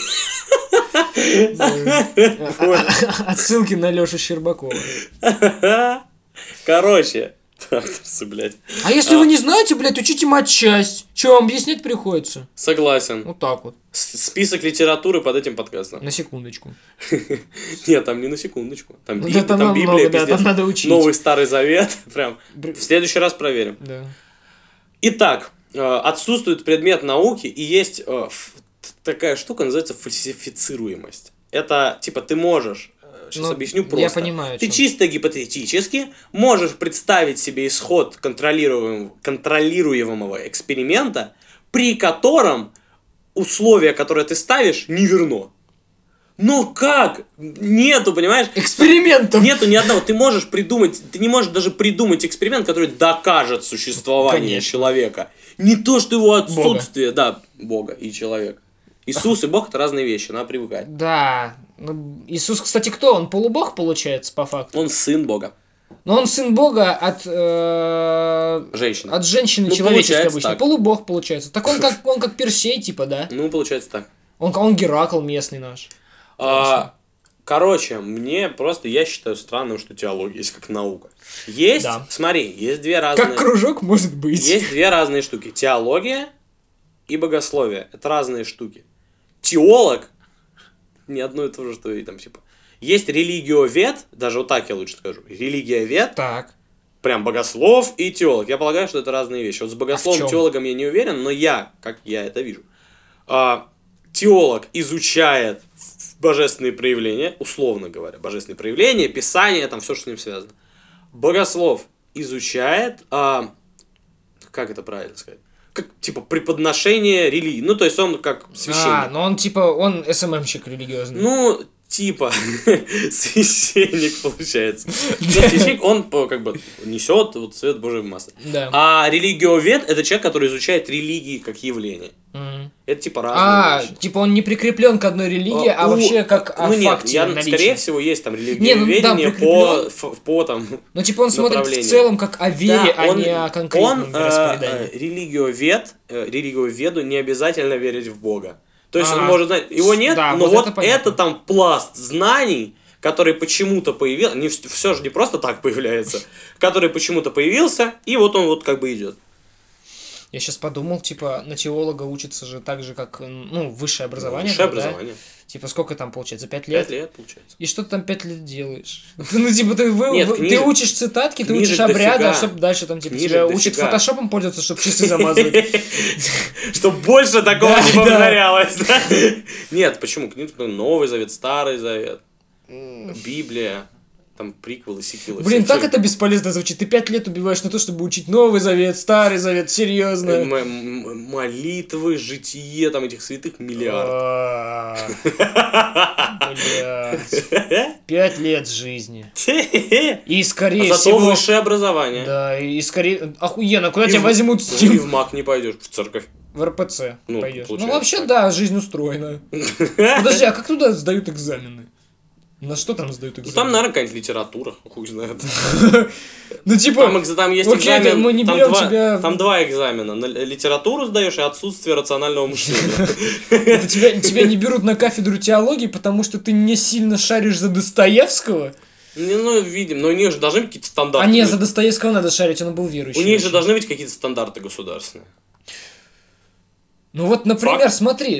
[SPEAKER 2] Отсылки на Лёшу Щербакова.
[SPEAKER 1] Короче, факторсы, блядь.
[SPEAKER 2] А если вы не знаете, блядь, учите матчасть. Чё, вам объяснять приходится?
[SPEAKER 1] Согласен.
[SPEAKER 2] Вот так вот.
[SPEAKER 1] Список литературы под этим подкастом.
[SPEAKER 2] На секундочку.
[SPEAKER 1] Нет, там не на секундочку. Там,
[SPEAKER 2] Ну,
[SPEAKER 1] Би-
[SPEAKER 2] да, там
[SPEAKER 1] там
[SPEAKER 2] намного,
[SPEAKER 1] Библия,
[SPEAKER 2] да,
[SPEAKER 1] пиздец.
[SPEAKER 2] там надо учить.
[SPEAKER 1] Новый Старый Завет. Прям. В следующий раз проверим.
[SPEAKER 2] Да.
[SPEAKER 1] Итак, отсутствует предмет науки, и есть такая штука, называется фальсифицируемость. Это, типа, ты можешь, сейчас
[SPEAKER 2] Ну,
[SPEAKER 1] объясню
[SPEAKER 2] я
[SPEAKER 1] просто.
[SPEAKER 2] понимаю, о
[SPEAKER 1] Ты
[SPEAKER 2] чём.
[SPEAKER 1] чисто гипотетически можешь представить себе исход контролируемого эксперимента, при котором условия, которые ты ставишь, не верно. Но как? Нету, понимаешь?
[SPEAKER 2] Экспериментов.
[SPEAKER 1] Нету ни одного. Ты не можешь даже придумать эксперимент, который докажет существование
[SPEAKER 2] Конечно.
[SPEAKER 1] человека. Не то, что его отсутствие, да, Бога и человека. Иисус и Бог — это разные вещи, надо привыкать.
[SPEAKER 2] Да. Ну, Иисус, кстати, кто? Он полубог, получается, по факту.
[SPEAKER 1] Он сын Бога.
[SPEAKER 2] Но он сын Бога от
[SPEAKER 1] Женщина.
[SPEAKER 2] от женщины
[SPEAKER 1] Ну,
[SPEAKER 2] человеческой
[SPEAKER 1] получается
[SPEAKER 2] обычно.
[SPEAKER 1] так.
[SPEAKER 2] Полубог, получается. Так он как Персей, типа, да?
[SPEAKER 1] Ну, получается так.
[SPEAKER 2] Он Геракл местный наш.
[SPEAKER 1] Короче, я считаю странным, что теология есть как наука. Есть,
[SPEAKER 2] Да.
[SPEAKER 1] смотри, есть две разные...
[SPEAKER 2] Как кружок может быть.
[SPEAKER 1] Есть две разные штуки. Теология и богословие. Это разные штуки. Теолог не одно и то же, что и там типа. Есть религиовед, даже вот так я лучше скажу. Религиовед,
[SPEAKER 2] Так.
[SPEAKER 1] прям богослов и теолог. Я полагаю, что это разные вещи. Вот с богословом,
[SPEAKER 2] чём?
[SPEAKER 1] теологом я не уверен, но как я это вижу. Теолог изучает божественные проявления, условно говоря, божественные проявления, писание, там все, что с ним связано. Богослов изучает, как это правильно сказать, как, типа, преподношение религии. Ну, то есть он как священник.
[SPEAKER 2] Ну он типа, он СММщик религиозный.
[SPEAKER 1] Ну, типа, священник получается. Но священник, он как бы несет вот свет Божий в массы.
[SPEAKER 2] Да.
[SPEAKER 1] А религиовед — это человек, который изучает религии как явление. Это типа разные вещи.
[SPEAKER 2] Типа он не прикреплен к одной религии, а вообще как о факте наличии.
[SPEAKER 1] Скорее всего, есть там религиоведение по там.
[SPEAKER 2] Ну, типа он смотрит в целом как о вере, а не о конкретном
[SPEAKER 1] вероисповедании. Религиоведу не обязательно верить в Бога. То есть он может знать, его нет, но вот это там пласт знаний, который почему-то появился, все же не просто так появляется, который почему-то появился, и вот он вот как бы идет.
[SPEAKER 2] Я сейчас подумал, типа, на теолога учится же так же, как, ну, высшее образование.
[SPEAKER 1] Высшее образование.
[SPEAKER 2] Типа, сколько там получается? 5 лет?
[SPEAKER 1] 5 лет, получается.
[SPEAKER 2] И что ты там 5 лет делаешь? Ну, типа, ты учишь цитатки, ты учишь обряды, а чтобы дальше там, типа, тебя учат фотошопом пользоваться, чтобы часы замазывать.
[SPEAKER 1] Чтобы больше такого не повторялось. Нет, почему? Новый Завет, Старый Завет, Библия. Там приквелы, сиквелы.
[SPEAKER 2] Блин, так это бесполезно звучит. Ты 5 лет убиваешь на то, чтобы учить Новый Завет, Старый Завет, серьезно.
[SPEAKER 1] Молитвы, житие, там этих святых миллиард.
[SPEAKER 2] 5 лет жизни. И скорее
[SPEAKER 1] всего...
[SPEAKER 2] зато
[SPEAKER 1] высшее образование.
[SPEAKER 2] Да, и скорее... Охуенно, куда тебя возьмут с
[SPEAKER 1] ним? И в МАК не пойдешь, в церковь.
[SPEAKER 2] В РПЦ пойдешь. Ну, вообще, да, жизнь устроена. Подожди, а как туда сдают экзамены? На что там сдают экзамен?
[SPEAKER 1] Ну, там, наверное, какая-нибудь литература, хуй знает.
[SPEAKER 2] Ну, типа,
[SPEAKER 1] там есть экзамен, мы не берем тебя... Там 2 экзамена. На литературу сдаешь и отсутствие рационального мышления.
[SPEAKER 2] Тебя не берут на кафедру теологии, потому что ты не сильно шаришь за Достоевского?
[SPEAKER 1] Ну, видим, но у них же должны быть какие-то стандарты.
[SPEAKER 2] А не, за Достоевского надо шарить, он был верующий.
[SPEAKER 1] У них же должны быть какие-то стандарты государственные.
[SPEAKER 2] Ну вот, например, смотри,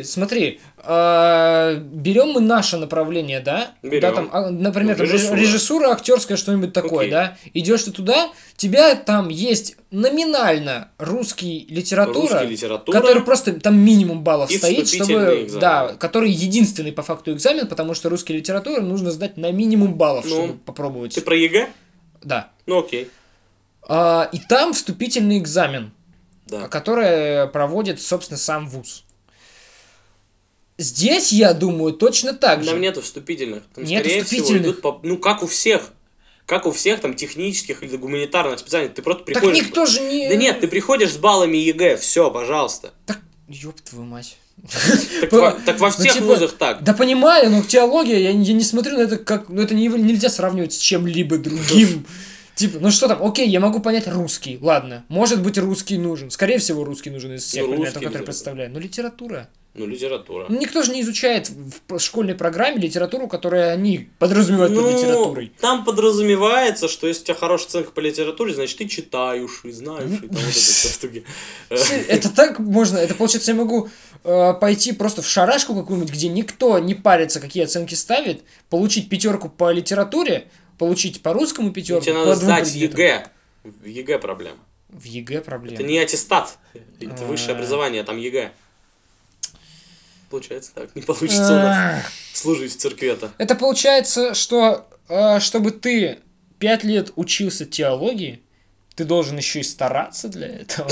[SPEAKER 2] берем мы наше направление, да?
[SPEAKER 1] Берем.
[SPEAKER 2] Да, там, например, режиссура актерская, что-нибудь такое, да? Идешь ты туда, тебя там есть номинально русский литература, который просто там минимум баллов
[SPEAKER 1] и
[SPEAKER 2] стоит, чтобы, да, который единственный по факту экзамен, потому что русский литература нужно сдать на минимум баллов, чтобы попробовать.
[SPEAKER 1] Ты про ЕГЭ?
[SPEAKER 2] Да.
[SPEAKER 1] Ну окей.
[SPEAKER 2] И там вступительный экзамен.
[SPEAKER 1] Да.
[SPEAKER 2] Которое проводит, собственно, сам вуз. Здесь, я думаю, точно так же.
[SPEAKER 1] Там нету вступительных. Там,
[SPEAKER 2] нет
[SPEAKER 1] скорее
[SPEAKER 2] вступительных.
[SPEAKER 1] всего, идут как у всех. Как у всех там технических или гуманитарных специальностей. Ты просто приходишь...
[SPEAKER 2] Так никто же не...
[SPEAKER 1] Да нет, ты приходишь с баллами ЕГЭ. Все, пожалуйста.
[SPEAKER 2] Так, ёб твою мать.
[SPEAKER 1] Так во всех вузах так.
[SPEAKER 2] Да понимаю, но теология, я не смотрю на это как... Ну, это нельзя сравнивать с чем-либо другим. Типа, ну что там, окей, я могу понять русский, ладно, может быть русский нужен, скорее всего русский нужен из всех предметов, которые представляю, но литература.
[SPEAKER 1] Ну, литература.
[SPEAKER 2] Ну, никто же не изучает в школьной программе литературу, которую они подразумевают под литературой.
[SPEAKER 1] Там подразумевается, что если у тебя хорошая оценка по литературе, значит ты читаешь и знаешь, и там вот это все штуки.
[SPEAKER 2] Это так можно, это получается, я могу пойти просто в шарашку какую-нибудь, где никто не парится, какие оценки ставит, получить 5 по литературе, получить по русскому 5.
[SPEAKER 1] Тебе надо сдать ЕГЭ. В ЕГЭ проблема.
[SPEAKER 2] В ЕГЭ проблема.
[SPEAKER 1] Это не аттестат. Это высшее образование, а там ЕГЭ. Получается так. Не получится у нас служить в церкви-то.
[SPEAKER 2] Это получается, что чтобы ты 5 лет учился теологии, ты должен еще и стараться для этого.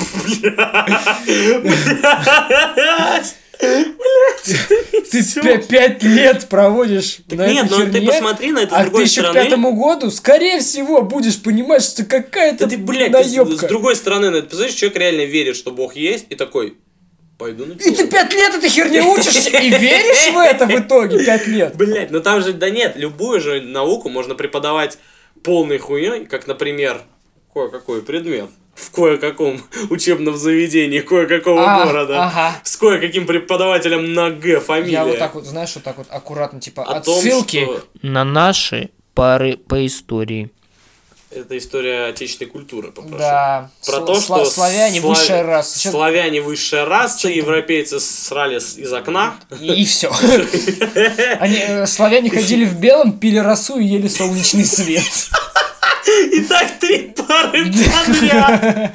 [SPEAKER 2] Ты 5 лет проводишь на этой херне,
[SPEAKER 1] ты посмотри на это с другой стороны.
[SPEAKER 2] А ты еще к 5-му году, скорее всего, будешь понимать, что какая-то
[SPEAKER 1] наебка. С другой стороны, на это представляешь, человек реально верит, что Бог есть, и такой, пойду на
[SPEAKER 2] теологию. И ты 5 лет этой херне учишься и веришь в это в итоге 5 лет?
[SPEAKER 1] Блять, ну там же, да нет, любую же науку можно преподавать полной хуйней, как, например, кое-какой предмет. В кое-каком учебном заведении кое-какого города. С кое-каким преподавателем на Г фамилия.
[SPEAKER 2] Я вот так вот, знаешь, вот так вот аккуратно, типа, отсылки на наши пары по истории.
[SPEAKER 1] Это история отечественной культуры, попрошу.
[SPEAKER 2] Да.
[SPEAKER 1] Про то, что
[SPEAKER 2] славяне высшая раса.
[SPEAKER 1] Славяне высшая раса, европейцы срали из окна.
[SPEAKER 2] И все. Славяне ходили в белом, пили росу и ели солнечный свет.
[SPEAKER 1] И так 3 пары подряд.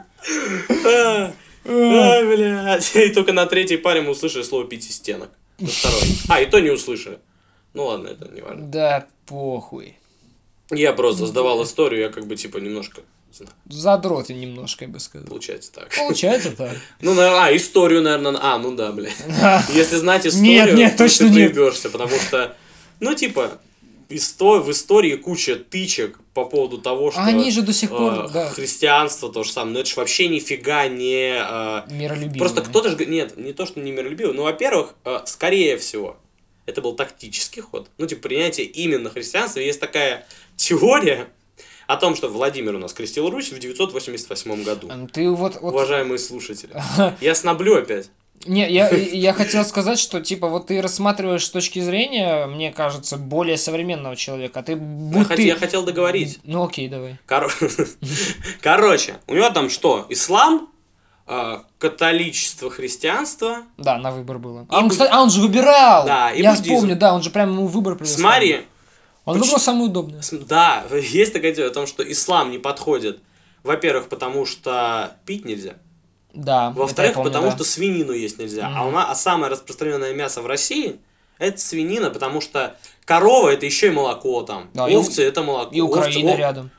[SPEAKER 1] Блядь. И только на 3-й паре мы услышали слово «пятистенок». На 2-й. И то не услышали. Ну ладно, это не важно.
[SPEAKER 2] Да, похуй.
[SPEAKER 1] Я просто сдавал историю, я как бы типа немножко знаю.
[SPEAKER 2] Задроты немножко, я бы сказал.
[SPEAKER 1] Получается так.
[SPEAKER 2] Получается так.
[SPEAKER 1] Ну, историю, наверное, ну да, блядь. Если знать историю,
[SPEAKER 2] Нет, точно
[SPEAKER 1] ты
[SPEAKER 2] нет.
[SPEAKER 1] проебешься, потому что, в истории куча тычек по поводу того, что
[SPEAKER 2] Они же до сих пор, да.
[SPEAKER 1] христианство то же самое, но это же вообще нифига не...
[SPEAKER 2] Миролюбивые.
[SPEAKER 1] Просто кто-то же... Нет, не то, что не миролюбивый, но, во-первых, скорее всего, это был тактический ход. Принятие именно христианства. Есть такая теория о том, что Владимир у нас крестил Русь в 988 году.
[SPEAKER 2] Ты вот...
[SPEAKER 1] Уважаемые слушатели. Я сноблю опять.
[SPEAKER 2] Не, я хотел сказать, что, вот ты рассматриваешь с точки зрения, мне кажется, более современного человека, а ты...
[SPEAKER 1] Я хотел договорить.
[SPEAKER 2] Ну, окей, давай.
[SPEAKER 1] Короче, у него там что? Ислам, католичество, христианство.
[SPEAKER 2] Да, на выбор было. Он же выбирал!
[SPEAKER 1] Да, и
[SPEAKER 2] я
[SPEAKER 1] буддизм.
[SPEAKER 2] вспомню, да, он же прям ему выбор предоставил.
[SPEAKER 1] Смотри.
[SPEAKER 2] Он выбрал самое удобное.
[SPEAKER 1] Да, есть такая теория о том, что ислам не подходит. Во-первых, потому что пить нельзя.
[SPEAKER 2] Да.
[SPEAKER 1] Во-вторых, потому что свинину есть нельзя. А самое распространенное мясо в России это свинина, потому что корова это еще и молоко там. Да, овцы это молоко.
[SPEAKER 2] И Украина рядом.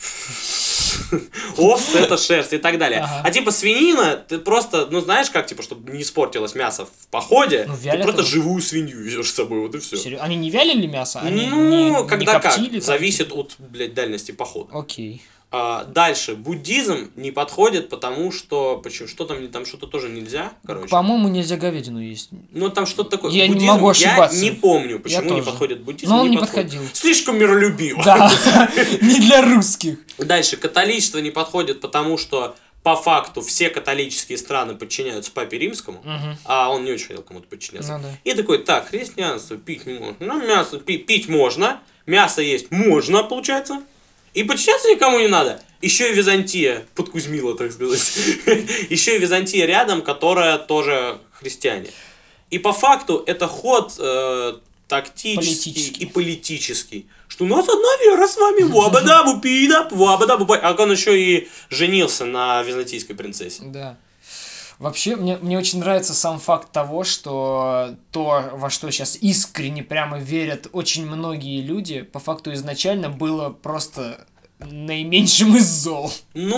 [SPEAKER 1] Овцы это шерсть и так далее. А свинина, ты просто, знаешь как, чтобы не испортилось мясо в походе, ты просто живую свинью везешь с собой, вот и все.
[SPEAKER 2] Серьезно? Они не вялили мясо? Они
[SPEAKER 1] когда
[SPEAKER 2] не коптили,
[SPEAKER 1] как, зависит от, дальности похода.
[SPEAKER 2] Окей.
[SPEAKER 1] Дальше, буддизм не подходит, потому что, что там что-то тоже нельзя, короче.
[SPEAKER 2] По-моему, нельзя говядину есть.
[SPEAKER 1] Там что-то такое.
[SPEAKER 2] Я не могу ошибаться.
[SPEAKER 1] Я не помню, почему не подходит буддизм.
[SPEAKER 2] Но он не подходил.
[SPEAKER 1] Слишком миролюбиво.
[SPEAKER 2] Да, не для русских.
[SPEAKER 1] Дальше, католичество не подходит, потому что по факту все католические страны подчиняются Папе Римскому, а он не очень хотел кому-то подчиняться. И такой, так, христианство пить не можно, мясо пить можно, мясо есть можно, получается. И подчиняться никому не надо. Еще и Византия подкузмила, так сказать. Еще и Византия рядом, которая тоже христиане. И по факту это ход тактический и политический. Что у нас одна вера с вами. Вабадабу пида, вабадабу. А он еще и женился на византийской принцессе.
[SPEAKER 2] Да. Вообще, мне очень нравится сам факт того, что то, во что сейчас искренне прямо верят очень многие люди, по факту изначально было просто наименьшим из зол.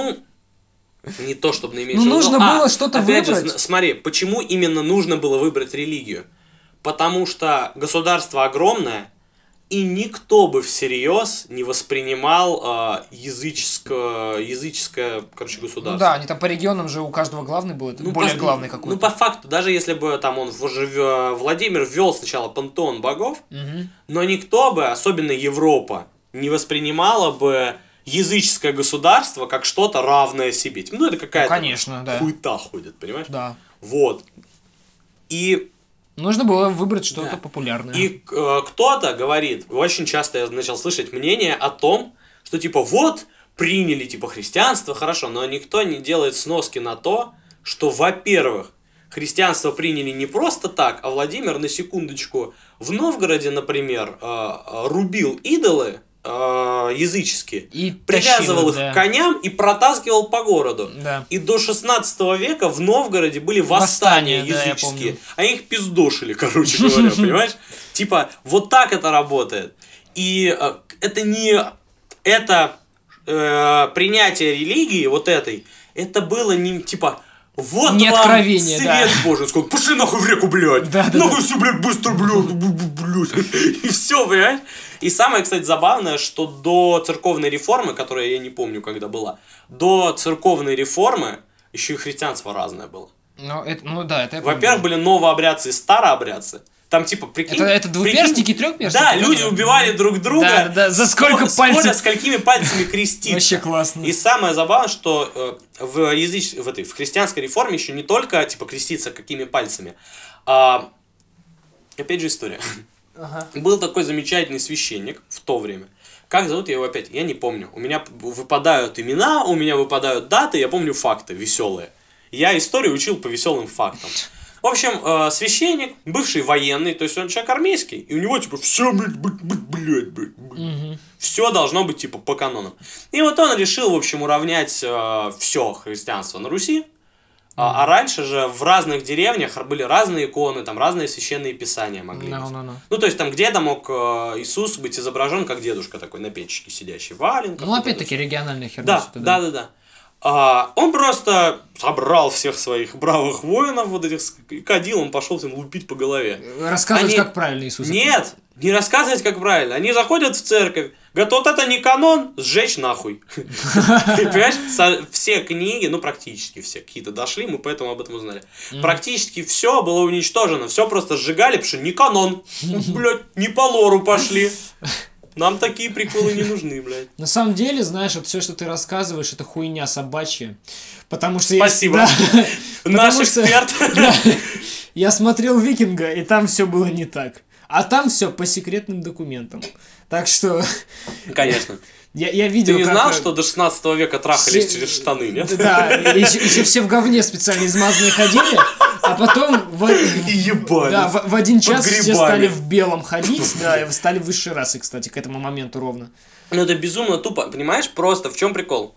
[SPEAKER 1] Не то, чтобы наименьшим из зол.
[SPEAKER 2] Нужно было что-то выбрать.
[SPEAKER 1] Опять же, смотри, почему именно нужно было выбрать религию? Потому что государство огромное, и никто бы всерьез не воспринимал языческое, государство.
[SPEAKER 2] Да, они там по регионам же у каждого главный был, более главный какой-то.
[SPEAKER 1] По факту, даже если бы там Владимир ввел сначала пантеон богов, но никто бы, особенно Европа, не воспринимала бы языческое государство как что-то равное себе. Это какая-то хуета ходит, понимаешь?
[SPEAKER 2] Да.
[SPEAKER 1] Вот. И...
[SPEAKER 2] Нужно было выбрать что-то популярное.
[SPEAKER 1] И кто-то говорит, очень часто я начал слышать мнение о том, что приняли христианство, хорошо, но никто не делает сноски на то, что, во-первых, христианство приняли не просто так, а Владимир, на секундочку, в Новгороде, например, рубил идолы языческие,
[SPEAKER 2] и
[SPEAKER 1] привязывал их к коням и протаскивал по городу.
[SPEAKER 2] Да.
[SPEAKER 1] И до 16 века в Новгороде были восстания языческие. А их пиздошили, короче говоря, понимаешь? Вот так это работает. И это не... Это принятие религии вот этой, это было не вот
[SPEAKER 2] не
[SPEAKER 1] вам
[SPEAKER 2] откровение,
[SPEAKER 1] свет Божий. Сказал, пошли нахуй в реку, блядь. Нахуй все, блядь, быстро, блядь. И все, понимаешь? И самое, кстати, забавное, что до церковной реформы, которая я не помню, когда была, до церковной реформы еще и христианство разное было.
[SPEAKER 2] Это
[SPEAKER 1] Во-первых, были новообрядцы и старообрядцы. Там прикинь...
[SPEAKER 2] Это двуперстники, трехперстики?
[SPEAKER 1] Да, люди убивали друг друга.
[SPEAKER 2] Да, за сколько пальцев?
[SPEAKER 1] Споря, с какими пальцами креститься.
[SPEAKER 2] Вообще классно.
[SPEAKER 1] И самое забавное, что в христианской реформе еще не только креститься какими пальцами. Опять же история. Был такой замечательный священник в то время. Как зовут я его опять? Я не помню. У меня выпадают имена, у меня выпадают даты, я помню факты веселые. Я историю учил по веселым фактам. В общем, священник, бывший военный, то есть он человек армейский, и у него все, блядь. Все должно быть по канонам. И вот он решил, в общем, уравнять все христианство на Руси, А раньше же в разных деревнях были разные иконы, там разные священные писания могли быть. Ну, то есть там где-то мог Иисус быть изображен как дедушка такой на печке сидящий, валенках.
[SPEAKER 2] Ну, опять-таки, региональная херня.
[SPEAKER 1] Да. Он просто собрал всех своих бравых воинов, вот этих кадил, пошел всем лупить по голове.
[SPEAKER 2] Рассказывать, как правильно Иисус.
[SPEAKER 1] Нет, не рассказывать, как правильно. Они заходят в церковь, говорят, вот это не канон, сжечь нахуй. Понимаешь, все книги, ну практически все, какие-то дошли, мы поэтому об этом узнали. Практически все было уничтожено, все просто сжигали, потому что не канон. Блядь, не по лору пошли. Нам такие приколы не нужны, блядь.
[SPEAKER 2] На самом деле, знаешь, вот все, что ты рассказываешь, это хуйня собачья. Потому что...
[SPEAKER 1] Спасибо. Наш эксперт.
[SPEAKER 2] Я смотрел «Викинга», и там все было не так. А там все по секретным документам. Так что...
[SPEAKER 1] Конечно.
[SPEAKER 2] Я видел,
[SPEAKER 1] ты не знал, что до 16 века трахались через штаны, нет?
[SPEAKER 2] Да, еще все в говне специально измазанные ходили, а потом в один час все стали в белом ходить, да, и стали высшей расой, кстати, к этому моменту ровно.
[SPEAKER 1] Ну это безумно тупо, понимаешь? Просто в чем прикол?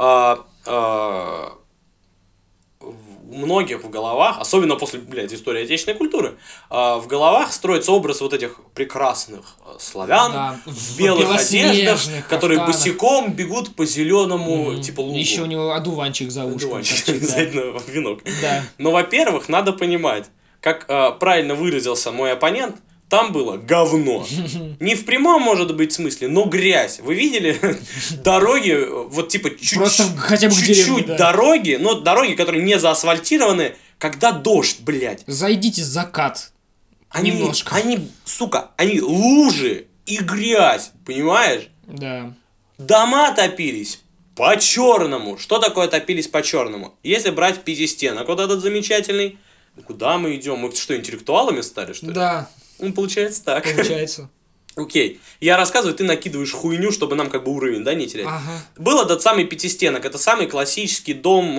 [SPEAKER 1] У многих в головах, особенно после, истории отечественной культуры, в головах строится образ вот этих прекрасных славян в белых одеждах, которые босиком бегут по зеленому, типа лугу.
[SPEAKER 2] Еще у него одуванчик за ушком.
[SPEAKER 1] Одуванчик, обязательно венок.
[SPEAKER 2] Да.
[SPEAKER 1] Но, во-первых, надо понимать, как правильно выразился мой оппонент, там было говно. Не в прямом, может быть, смысле, но грязь. Вы видели дороги, вот типа чуть-чуть дороги, но дороги, которые не заасфальтированы, когда дождь, блядь.
[SPEAKER 2] Зайдите закат. Немножко.
[SPEAKER 1] Они лужи и грязь, понимаешь?
[SPEAKER 2] Да.
[SPEAKER 1] Дома топились по-черному. Что такое топились по-черному? Если брать пятистенок, вот этот замечательный, куда мы идем? Мы что, интеллектуалами стали, что ли?
[SPEAKER 2] Да.
[SPEAKER 1] Получается так.
[SPEAKER 2] Получается.
[SPEAKER 1] Окей. Я рассказываю, ты накидываешь хуйню, чтобы нам как бы уровень, да, не терять.
[SPEAKER 2] Ага.
[SPEAKER 1] Был этот самый пятистенок. Это самый классический дом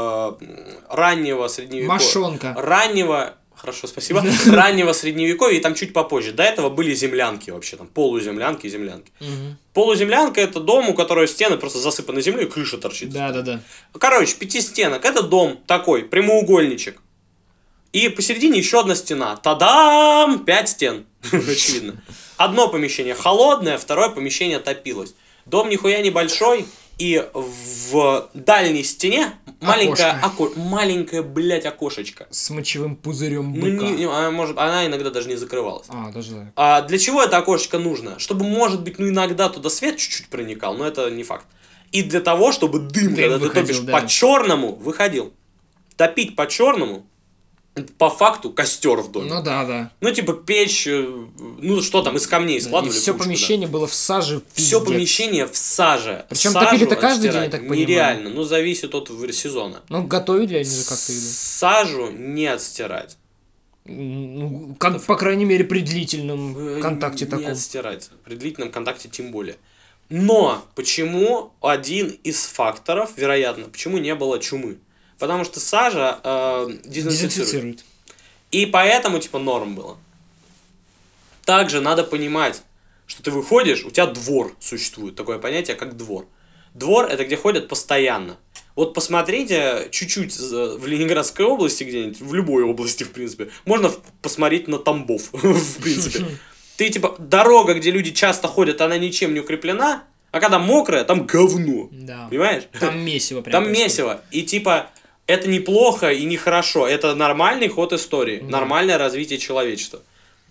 [SPEAKER 1] раннего средневековья.
[SPEAKER 2] Мошонка.
[SPEAKER 1] Хорошо, спасибо. Раннего средневековья и там чуть попозже. До этого были землянки вообще, там полуземлянки и землянки. Полуземлянка — это дом, у которого стены просто засыпаны землей, и крыша торчит.
[SPEAKER 2] Да.
[SPEAKER 1] Короче, пятистенок — это дом такой, прямоугольничек. И посередине еще одна стена. Та-дам! 5 стен. Очевидно. Одно помещение холодное, второе помещение топилось. Дом нихуя небольшой, и в дальней стене маленькое, блядь, окошечко.
[SPEAKER 2] С мочевым пузырем быка.
[SPEAKER 1] Она иногда даже не закрывалась.
[SPEAKER 2] Даже так.
[SPEAKER 1] А для чего это окошечко нужно? Чтобы, может быть, иногда туда свет чуть-чуть проникал, но это не факт. И для того, чтобы дым когда ты топишь по-черному, выходил. Топить по-черному, по факту костер в доме.
[SPEAKER 2] Ну да.
[SPEAKER 1] Ну типа печь, ну что там, из камней складывали.
[SPEAKER 2] И все помещение было в саже.
[SPEAKER 1] Все помещение в саже.
[SPEAKER 2] Причем топили-то каждый день, я так понимаю.
[SPEAKER 1] Нереально, ну зависит от сезона.
[SPEAKER 2] Ну готовили они же как-то.
[SPEAKER 1] Сажу не отстирать.
[SPEAKER 2] Ну, как, по крайней мере, при длительном контакте таком.
[SPEAKER 1] Не отстирать, при длительном контакте тем более. Но почему один из факторов, вероятно, почему не было чумы? Потому что сажа дезинфицирует. И поэтому, типа, норм было. Также надо понимать, что ты выходишь, у тебя двор существует. Такое понятие, как двор. Двор — это где ходят постоянно. Вот посмотрите чуть-чуть в Ленинградской области где-нибудь, в любой области, в принципе. Можно посмотреть на Тамбов, в принципе. Ты, типа, дорога, где люди часто ходят, она ничем не укреплена, а когда мокрая, там говно.
[SPEAKER 2] Да.
[SPEAKER 1] Понимаешь?
[SPEAKER 2] Там месиво прям.
[SPEAKER 1] Там месиво. И, типа... Это неплохо и нехорошо. Это нормальный ход истории. Нормальное развитие человечества.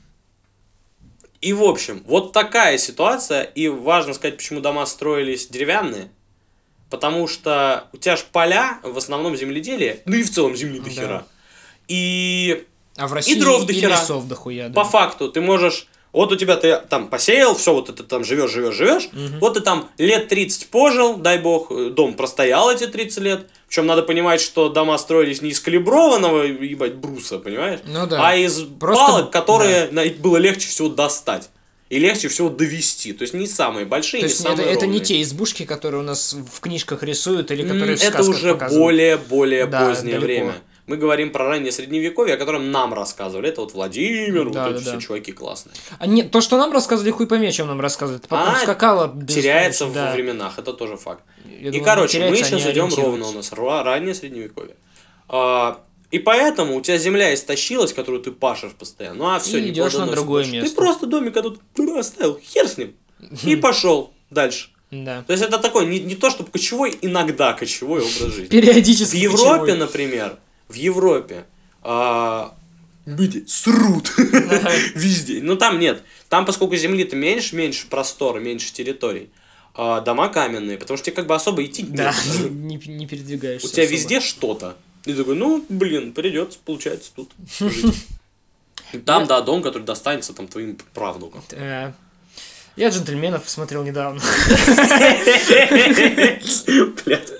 [SPEAKER 1] И в общем, вот такая ситуация. И важно сказать, почему дома строились деревянные. Потому что у тебя ж поля, в основном земледелие, ну и в целом земли до хера. И
[SPEAKER 2] в России
[SPEAKER 1] и дров до хера.
[SPEAKER 2] Лесов дохуя, да.
[SPEAKER 1] По факту ты можешь... Вот у тебя ты там посеял, все, вот ты там живешь. Вот ты там лет 30 пожил, дай бог, дом простоял эти 30 лет. Причем надо понимать, что дома строились не из калиброванного, ебать, бруса, понимаешь?
[SPEAKER 2] Ну, да.
[SPEAKER 1] А из палок, которые было легче всего достать. И легче всего довести. То есть не самые большие, не самые ровные.
[SPEAKER 2] Это не те избушки, которые у нас в книжках рисуют или которые в сказках
[SPEAKER 1] показывают. Это уже более позднее
[SPEAKER 2] далеко.
[SPEAKER 1] время. Мы говорим про раннее средневековье, о котором нам рассказывали. Это вот Владимир, вот эти все чуваки классные.
[SPEAKER 2] А нет, то, что нам рассказывали, хуй пойми, о чем нам рассказывали. Потом скакало.
[SPEAKER 1] Теряется во временах, это тоже факт. И, короче, мы сейчас идем ровно у нас. Раннее средневековье. И поэтому у тебя земля истощилась, которую ты пашешь постоянно. Ну, а все,
[SPEAKER 2] И
[SPEAKER 1] не
[SPEAKER 2] идешь на другое место.
[SPEAKER 1] Ты просто домик этот оставил, хер с ним. И пошел дальше.
[SPEAKER 2] Да.
[SPEAKER 1] То есть это такой, не то чтобы кочевой, иногда кочевой образ жизни.
[SPEAKER 2] Периодически
[SPEAKER 1] В Европе,
[SPEAKER 2] кочевой.
[SPEAKER 1] например, люди срут везде. Ну там нет. Там, поскольку земли-то меньше простора, меньше территорий, дома каменные, потому что тебе как бы особо идти
[SPEAKER 2] Да,
[SPEAKER 1] нет.
[SPEAKER 2] не передвигаешься.
[SPEAKER 1] У тебя
[SPEAKER 2] особо.
[SPEAKER 1] везде что-то. И ты такой, ну, блин, придется, получается, тут жить. И там, да, дом, который достанется там твоим правнукам.
[SPEAKER 2] Я «Джентльменов» посмотрел недавно.
[SPEAKER 1] Блядь.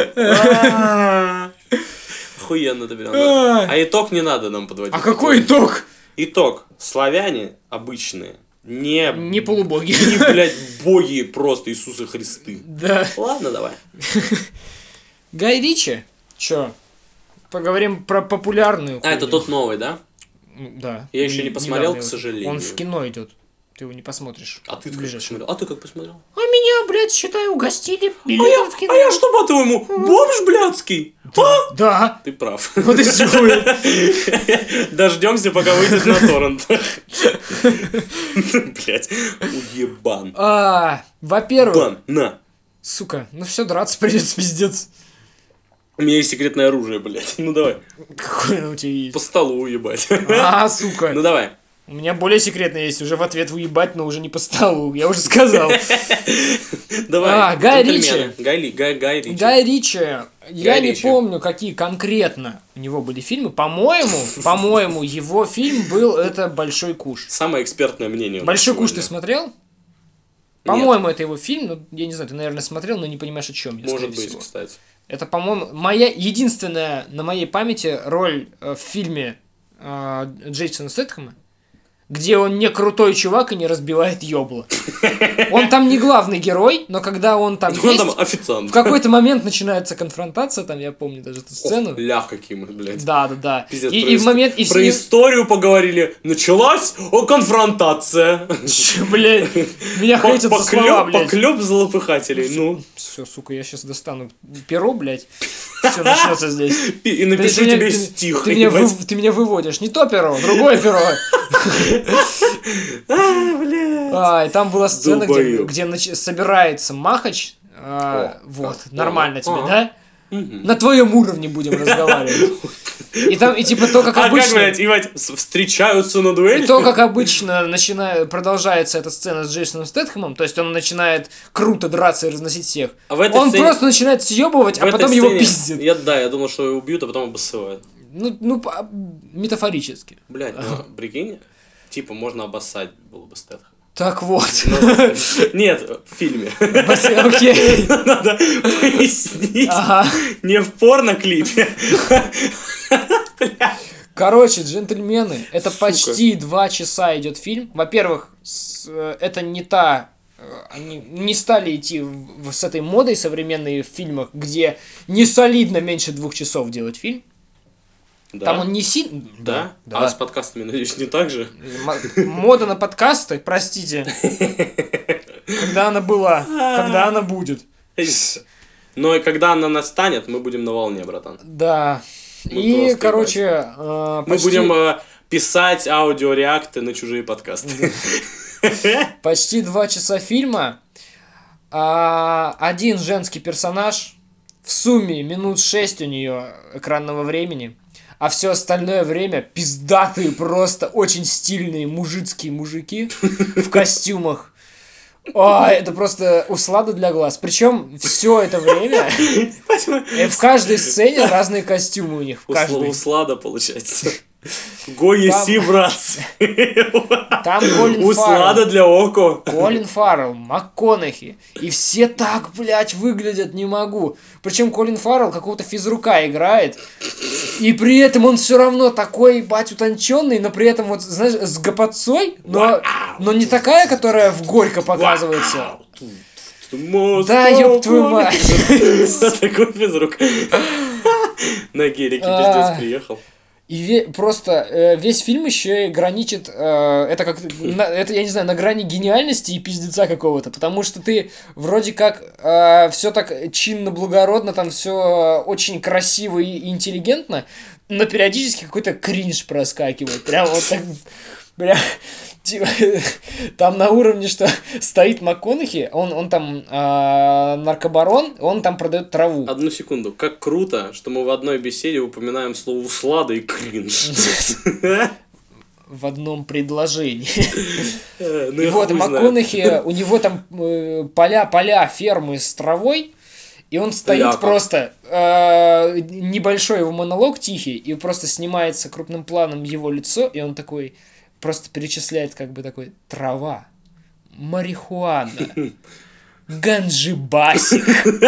[SPEAKER 1] Охуенно ты прям. А итог не надо нам подводить.
[SPEAKER 2] А какой итог?
[SPEAKER 1] Итог. Славяне обычные.
[SPEAKER 2] Не полубоги.
[SPEAKER 1] Не, блядь, боги просто Иисуса Христы.
[SPEAKER 2] Да.
[SPEAKER 1] Ладно, давай.
[SPEAKER 2] Гай Ричи? Чё? Поговорим про популярную.
[SPEAKER 1] Это тот новый, да?
[SPEAKER 2] Да.
[SPEAKER 1] Я еще не посмотрел,
[SPEAKER 2] Недавно
[SPEAKER 1] к сожалению.
[SPEAKER 2] Он в кино идет. Ты его не посмотришь.
[SPEAKER 1] А ты как посмотрел? А ты как посмотрел?
[SPEAKER 2] А меня, блядь, считай, угостили
[SPEAKER 1] А я что, по-твоему, бомж блядский?
[SPEAKER 2] Да.
[SPEAKER 1] Ты прав.
[SPEAKER 2] Вот и все.
[SPEAKER 1] Дождемся, пока выйдет на торрент. Блять, уебан.
[SPEAKER 2] Во-первых,
[SPEAKER 1] Бан, на.
[SPEAKER 2] сука, ну все, драться придется, пиздец.
[SPEAKER 1] У меня есть секретное оружие, блядь. Ну давай.
[SPEAKER 2] Какое оно у тебя есть?
[SPEAKER 1] По столу уебать.
[SPEAKER 2] Сука.
[SPEAKER 1] Ну давай.
[SPEAKER 2] У меня более секретное есть, уже в ответ уебать, но уже не по столу, я уже сказал.
[SPEAKER 1] Давай.
[SPEAKER 2] Гай
[SPEAKER 1] Джентльмены.
[SPEAKER 2] Ричи.
[SPEAKER 1] Гай Ричи.
[SPEAKER 2] Гай Ричи, я не
[SPEAKER 1] Ричи.
[SPEAKER 2] помню, какие конкретно у него были фильмы. По-моему, его фильм был это «Большой куш».
[SPEAKER 1] Самое экспертное мнение. у нас
[SPEAKER 2] «Большой куш» ты
[SPEAKER 1] сегодня.
[SPEAKER 2] смотрел? По-моему, это его фильм, ну, я не знаю, ты, наверное, смотрел, но не понимаешь, о чем я,
[SPEAKER 1] Может
[SPEAKER 2] скорее
[SPEAKER 1] быть,
[SPEAKER 2] всего.
[SPEAKER 1] кстати.
[SPEAKER 2] Это, по-моему, моя единственная на моей памяти роль в фильме Джейсона Стэтхэма, где он не крутой чувак и не разбивает ёбло. Он там не главный герой, но когда он там
[SPEAKER 1] Он
[SPEAKER 2] есть,
[SPEAKER 1] там официант.
[SPEAKER 2] в какой-то момент начинается конфронтация, там я помню даже эту сцену.
[SPEAKER 1] Лях какие мы, блядь.
[SPEAKER 2] Да.
[SPEAKER 1] Пиздец,
[SPEAKER 2] И в момент... И
[SPEAKER 1] про историю поговорили. Началась конфронтация.
[SPEAKER 2] Блядь, меня хейтят за слова, блядь.
[SPEAKER 1] Поклёб злопыхателей. Ну,
[SPEAKER 2] Все, сука, я сейчас достану перо, блядь. Все начнется здесь.
[SPEAKER 1] и напишу
[SPEAKER 2] Ты
[SPEAKER 1] тебе
[SPEAKER 2] меня-
[SPEAKER 1] стих.
[SPEAKER 2] Ты меня выводишь. Не то перо, другое перо. И там была сцена,
[SPEAKER 1] Долбоёб.
[SPEAKER 2] где собирается Махач. Вот, нормально тебе, да?
[SPEAKER 1] Мгм.
[SPEAKER 2] На твоем уровне будем разговаривать. И там, и типа то, как
[SPEAKER 1] А как,
[SPEAKER 2] обычно...
[SPEAKER 1] блядь, ебать, встречаются на дуэль?
[SPEAKER 2] И то, как обычно продолжается эта сцена с Джейсоном Стэтхэмом, то есть он начинает круто драться и разносить всех.
[SPEAKER 1] А в этой
[SPEAKER 2] Он
[SPEAKER 1] сцене-
[SPEAKER 2] просто начинает съебывать,
[SPEAKER 1] В
[SPEAKER 2] а
[SPEAKER 1] этой
[SPEAKER 2] потом его
[SPEAKER 1] сцене-
[SPEAKER 2] пиздят.
[SPEAKER 1] Я думал, что его убьют, а потом обоссывают.
[SPEAKER 2] Метафорически.
[SPEAKER 1] Блядь, ну, прикинь, типа можно обоссать было бы Стэтхэм.
[SPEAKER 2] Так вот.
[SPEAKER 1] Нет, в фильме.
[SPEAKER 2] Окей.
[SPEAKER 1] Надо пояснить.
[SPEAKER 2] Ага.
[SPEAKER 1] Не в порноклипе.
[SPEAKER 2] Короче, «Джентльмены», это
[SPEAKER 1] Сука.
[SPEAKER 2] почти 2 часа идет фильм. Во-первых, это не та... Они не стали идти с этой модой современной в фильмах, где не солидно меньше 2 часов делать фильм.
[SPEAKER 1] Да.
[SPEAKER 2] Там он не сильно...
[SPEAKER 1] Да? А с подкастами, надеюсь, не так же?
[SPEAKER 2] Мода на подкасты, простите. Когда она была, когда она будет.
[SPEAKER 1] Но и когда она настанет, мы будем на волне, братан.
[SPEAKER 2] Да.
[SPEAKER 1] Мы
[SPEAKER 2] И,
[SPEAKER 1] просто,
[SPEAKER 2] короче,
[SPEAKER 1] Мы
[SPEAKER 2] почти,
[SPEAKER 1] будем писать аудиореакты на чужие подкасты.
[SPEAKER 2] почти 2 часа фильма. Один женский персонаж. В сумме минут 6 у нее экранного времени. А все остальное время пиздатые, просто очень стильные мужицкие мужики в костюмах. Это просто услада для глаз. Причем все это время в каждой сцене разные костюмы у них. В каждой.
[SPEAKER 1] Услада, получается. Гоеси, братцы.
[SPEAKER 2] Там Колин
[SPEAKER 1] Услада
[SPEAKER 2] Фаррелл.
[SPEAKER 1] для око.
[SPEAKER 2] Колин Фаррелл, МакКонахи. И все так, блядь, выглядят, не могу. Причем Колин Фаррелл какого-то физрука играет. И при этом он все равно такой, бать, утонченный, но при этом, вот, знаешь, с гопотцой, но не такая, которая в Горько показывается. Да, ёб твою мать.
[SPEAKER 1] Такой физрук. На гелике пиздец приехал.
[SPEAKER 2] И просто весь фильм еще и граничит, это как, это, я не знаю, на грани гениальности и пиздеца какого-то, потому что ты вроде как все так чинно, благородно, там все очень красиво и интеллигентно, но периодически какой-то кринж проскакивает, прям вот так, прям, типа, там на уровне, что стоит МакКонахи, он там наркобарон, он там продает траву.
[SPEAKER 1] Одну секунду. Как круто, что мы в одной беседе упоминаем слово «услада» и «кринж».
[SPEAKER 2] В одном предложении.
[SPEAKER 1] Ну,
[SPEAKER 2] и вот МакКонахи, у него там поля, фермы с травой, и он стоит просто, небольшой его монолог тихий, и просто снимается крупным планом его лицо, и он такой... Просто перечисляет как бы такой: трава, марихуана, ганджибасик,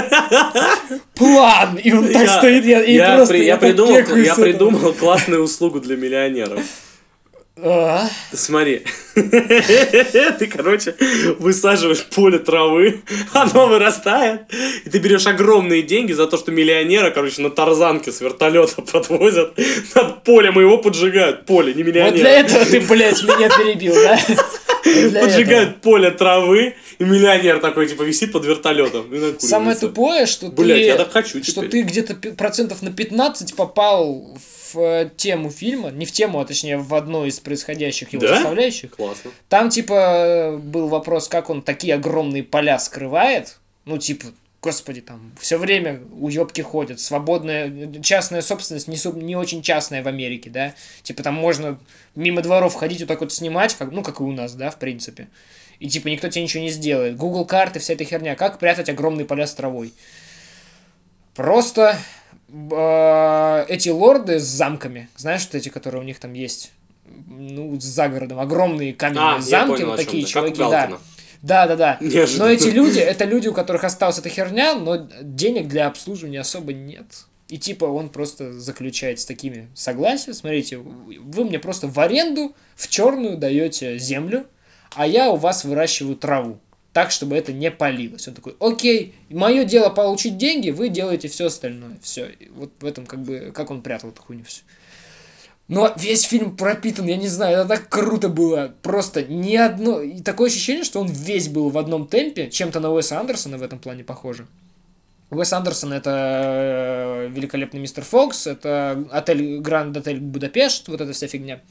[SPEAKER 2] план. И он так стоит,
[SPEAKER 1] я придумал классную услугу для миллионеров. Смотри, ты, короче, высаживаешь поле травы, оно вырастает, и ты берешь огромные деньги за то, что миллионера, короче, на тарзанке с вертолета подвозят над полем, и его поджигают. Поле, не миллионера.
[SPEAKER 2] Вот для этого ты, блядь, меня перебил, да?
[SPEAKER 1] Поджигают поле травы, и миллионер такой, типа, висит под вертолетом.
[SPEAKER 2] Самое тупое, что
[SPEAKER 1] блядь, я так хочу
[SPEAKER 2] что ты где-то процентов на 15 попал в тему фильма, не в тему, а точнее в одну из происходящих его составляющих.
[SPEAKER 1] Классно.
[SPEAKER 2] Там, типа, был вопрос, как он такие огромные поля скрывает. Ну, типа, господи, там все время уебки ходят, свободная, частная собственность не очень частная в Америке, да. Типа, там можно мимо дворов ходить, вот так вот снимать, как, ну, как и у нас, да, в принципе. И, типа, никто тебе ничего не сделает. Google карты, вся эта херня. Как прятать огромные поля с травой? Просто... эти лорды с замками, знаешь, вот эти, которые у них там есть, ну, за городом, огромные каменные замки, понял, вот такие чуваки, да. Да.
[SPEAKER 1] Неожиданно.
[SPEAKER 2] Но эти люди, это люди, у которых осталась эта херня, но денег для обслуживания особо нет. И типа он просто заключает с такими согласия: смотрите, вы мне просто в аренду, в черную даете землю, а я у вас выращиваю траву. Так, чтобы это не палилось. Он такой: окей, мое дело получить деньги, вы делаете все остальное. Все. И вот в этом, как бы, как он прятал эту хуйню все. Но весь фильм пропитан, я не знаю, это так круто было. Просто ни одно... И такое ощущение, что он весь был в одном темпе, чем-то на Уэса Андерсона в этом плане похоже. Уэс Андерсон — это великолепный мистер Фокс, это Гранд Отель Будапешт, вот эта вся фигня.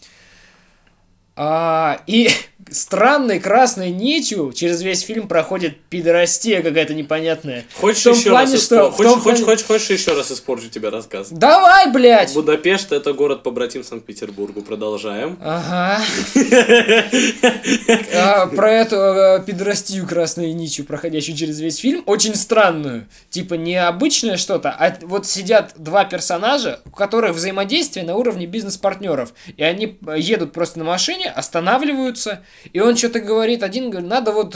[SPEAKER 2] И странной красной нитью через весь фильм проходит пидорастия какая-то непонятная.
[SPEAKER 1] Хочешь еще раз испорчу тебе рассказ?
[SPEAKER 2] Давай, блядь!
[SPEAKER 1] Будапешт — это город побратим Санкт-Петербургу. Продолжаем.
[SPEAKER 2] Ага. Про эту пидорастию красной нитью, проходящую через весь фильм, очень странную. Типа необычное что-то, а вот сидят два персонажа, у которых взаимодействие на уровне бизнес-партнеров. И они едут просто на машине, останавливаются, и он что-то говорит, один говорит: надо вот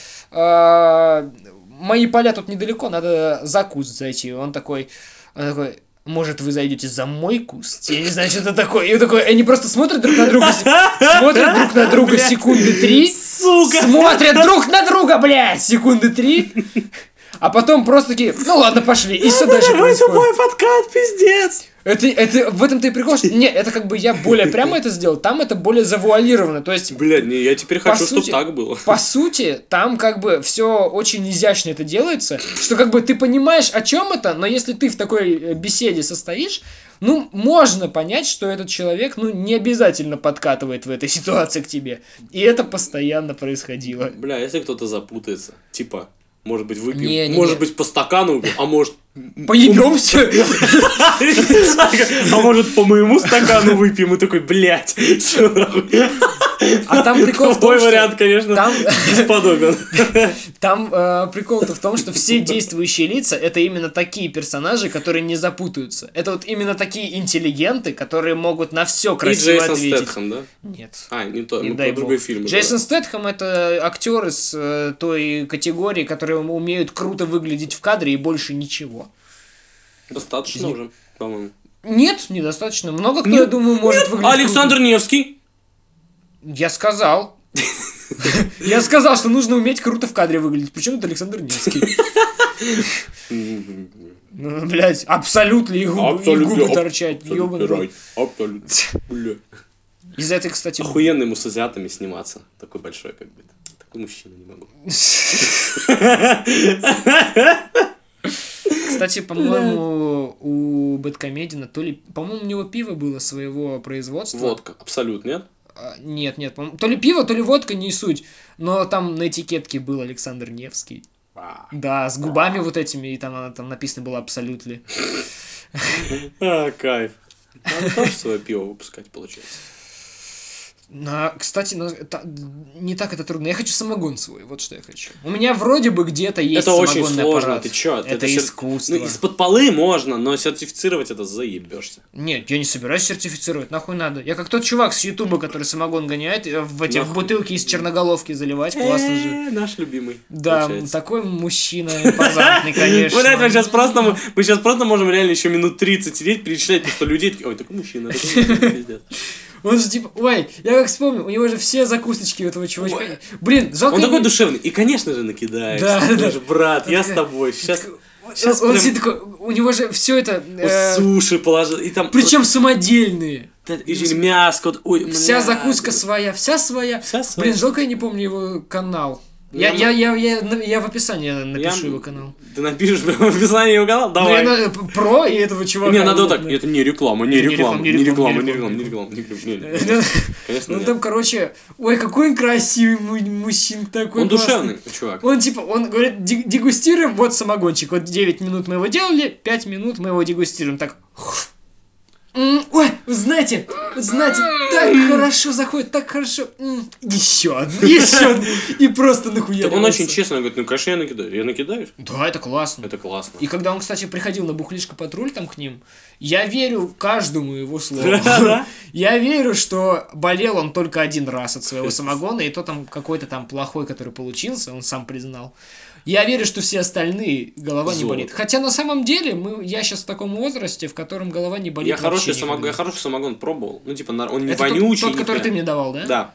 [SPEAKER 2] мои поля тут недалеко, надо за куст зайти. Он такой: может, вы зайдете за мой куст? Я не знаю, что это такое. И он такой, они просто смотрят друг на друга, секунды 3.
[SPEAKER 1] Сука!
[SPEAKER 2] Смотрят друг на друга, блядь, секунды 3. А потом просто такие: ну ладно, пошли. И все дальше происходит.
[SPEAKER 1] Это мой подкат, пиздец!
[SPEAKER 2] Это в этом-то и прикол, что... Не, это как бы я более прямо это сделал, там это более завуалировано, то есть...
[SPEAKER 1] Блядь, не, я теперь хочу, чтобы так было.
[SPEAKER 2] По сути, там как бы все очень изящно это делается, что как бы ты понимаешь, о чем это, но если ты в такой беседе состоишь, ну, можно понять, что этот человек, ну, не обязательно подкатывает в этой ситуации к тебе. И это постоянно происходило.
[SPEAKER 1] Бля, если кто-то запутается, типа... Может быть, выпьем, может быть, по стакану, а может...
[SPEAKER 2] Поебемся?
[SPEAKER 1] А может, по моему стакану выпьем? И такой: блядь, что нахуй?
[SPEAKER 2] А там прикол в том,
[SPEAKER 1] Твой вариант, конечно, бесподобен.
[SPEAKER 2] Там прикол-то в том, что все действующие лица — это именно такие персонажи, которые не запутаются. Это вот именно такие интеллигенты, которые могут на все красиво ответить.
[SPEAKER 1] И Джейсон Стэтхэм, да?
[SPEAKER 2] Нет.
[SPEAKER 1] Не то, мы про другой фильм.
[SPEAKER 2] Джейсон Стэтхэм — это актер из той категории, которые умеют круто выглядеть в кадре и больше ничего.
[SPEAKER 1] Достаточно уже, по-моему.
[SPEAKER 2] Нет, недостаточно. Много кто, я думаю, может выглядеть
[SPEAKER 1] Александр
[SPEAKER 2] круто.
[SPEAKER 1] Невский.
[SPEAKER 2] Я сказал. Я сказал, что нужно уметь круто в кадре выглядеть. Причем это Александр Невский. Ну, блядь, абсолютно и губы торчать. Ёбаный.
[SPEAKER 1] Абсолютно. Бля.
[SPEAKER 2] Из-за этой, кстати...
[SPEAKER 1] Охуенно ему с азиатами сниматься. Такой большой, как бы. Такой мужчина не могу.
[SPEAKER 2] Кстати, по-моему, у Бэдкомедиана по-моему, у него пиво было своего производства.
[SPEAKER 1] Водка. Абсолют, нет?
[SPEAKER 2] Нет, по-моему, то ли пиво, то ли водка, не суть. Но там на этикетке был Александр Невский. Да, с губами вот этими, и там написано было абсолютно.
[SPEAKER 1] Кайф. Надо тоже свое пиво выпускать, получается.
[SPEAKER 2] Кстати, не так это трудно. Я хочу самогон свой, вот что я хочу. У меня вроде бы где-то есть
[SPEAKER 1] самогонный
[SPEAKER 2] аппарат.
[SPEAKER 1] Это очень сложно, ты чё?
[SPEAKER 2] Это искусство.
[SPEAKER 1] Ну, из-под полы можно, но сертифицировать это заебешься.
[SPEAKER 2] Нет, я не собираюсь сертифицировать, нахуй надо. Я как тот чувак с Ютуба, который самогон гоняет, в бутылки из черноголовки заливать, классно же.
[SPEAKER 1] Наш любимый.
[SPEAKER 2] Да, такой мужчина импозантный, конечно.
[SPEAKER 1] Вот это мы сейчас просто можем реально еще минут 30 сидеть, перечислять просто людей, ой, такой мужчина, пиздец.
[SPEAKER 2] Он же типа, ой, я как вспомнил, у него же все закусочки у этого чувачка. Ой. Блин, жалко.
[SPEAKER 1] Он такой душевный. И, конечно же, накидаешь. Да. Брат, я с тобой. Сейчас
[SPEAKER 2] он прям... такой, у него же все это...
[SPEAKER 1] Суши положил. И там...
[SPEAKER 2] Причем самодельные.
[SPEAKER 1] И мяско. Ой,
[SPEAKER 2] вся закуска своя, вся своя. Блин, жалко, я не помню его канал. Я в описании напишу его канал.
[SPEAKER 1] Ты напишешь в описании его канал? Давай.
[SPEAKER 2] Про и этого чувака.
[SPEAKER 1] Не, надо вот так. Это не реклама. Конечно,
[SPEAKER 2] он там, короче, ой, какой он красивый мужчина такой.
[SPEAKER 1] Он душевный чувак.
[SPEAKER 2] Он типа, он говорит, дегустируем, вот самогончик. Вот 9 минут мы его делали, 5 минут мы его дегустируем. Так... Ой, знаете, так хорошо заходит, так хорошо. Еще одну. И просто нахуя.
[SPEAKER 1] Он очень честно говорит, ну, конечно, я накидаю. Я накидаю?
[SPEAKER 2] Да, это классно.
[SPEAKER 1] Это классно.
[SPEAKER 2] И когда он, кстати, приходил на Бухлишка патруль там к ним, я верю каждому его слову. Я верю, что болел он только один раз от своего самогона, и то там какой-то там плохой, который получился, он сам признал. Я верю, что все остальные голова не болит. Хотя на самом деле я сейчас в таком возрасте, в котором голова не болит.
[SPEAKER 1] Я хороший самогон пробовал. Ну, типа, он не вонючий.
[SPEAKER 2] Тот, который ты мне давал, да?
[SPEAKER 1] Да.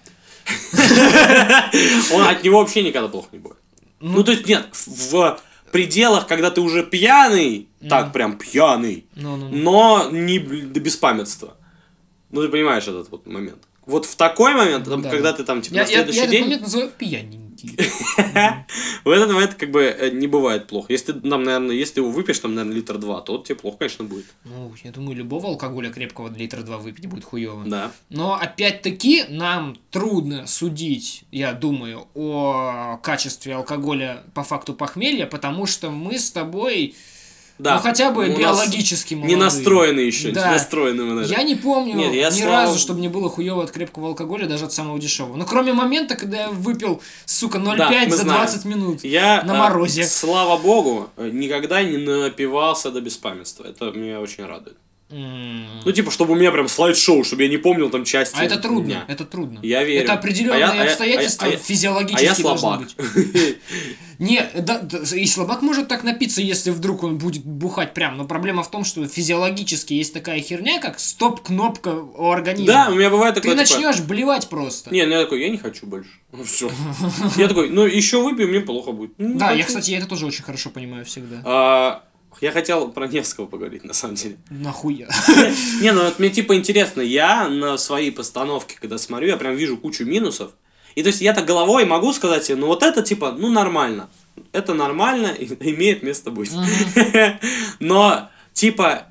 [SPEAKER 1] От него вообще никогда плохо не будет. Ну, то есть, нет, в пределах, когда ты уже пьяный, так прям пьяный, но не до беспамятства. Ну, ты понимаешь этот вот момент. Вот в такой момент, когда ты там, типа, на следующий день...
[SPEAKER 2] Я этот момент называю пьяненький.
[SPEAKER 1] В этот момент, как бы, не бывает плохо. Если ты, наверное, если ты его выпьешь, там, наверное, литр 2, то тебе плохо, конечно, будет.
[SPEAKER 2] Ну, я думаю, любого алкоголя крепкого литра 2 выпить будет хуёво.
[SPEAKER 1] Да.
[SPEAKER 2] Но, опять-таки, нам трудно судить, я думаю, о качестве алкоголя по факту похмелья, потому что мы с тобой... Да. Ну, хотя бы биологически молодые.
[SPEAKER 1] Не настроены еще,
[SPEAKER 2] да.
[SPEAKER 1] не настроены мы даже.
[SPEAKER 2] Я не помню ни разу, чтобы мне было хуёво от крепкого алкоголя, даже от самого дешевого. Ну, кроме момента, когда я выпил, сука, 0,5 за 20 минут на морозе.
[SPEAKER 1] Слава богу, никогда не напивался до беспамятства. Это меня очень радует. Ну, типа, чтобы у меня прям слайд-шоу, чтобы я не помнил там части.
[SPEAKER 2] А это трудно, это трудно.
[SPEAKER 1] Я верю.
[SPEAKER 2] Это определенные обстоятельства физиологически должны быть. Не, и слабак может так напиться, если вдруг он будет бухать прям. Но проблема в том, что физиологически есть такая херня, как стоп-кнопка у организма.
[SPEAKER 1] Да, у меня бывает такое.
[SPEAKER 2] Ты начнешь блевать просто.
[SPEAKER 1] Не, я такой, я не хочу больше. Все. Я такой, ну еще выпью, мне плохо будет.
[SPEAKER 2] Да, кстати, я это тоже очень хорошо понимаю всегда.
[SPEAKER 1] Я хотел про Невского поговорить, на самом деле.
[SPEAKER 2] Нахуя?
[SPEAKER 1] Не, ну мне типа интересно, я на свои постановки, когда смотрю, я прям вижу кучу минусов. И то есть я-то головой могу сказать себе, ну вот это типа, ну нормально. Это нормально, имеет место быть. Но типа,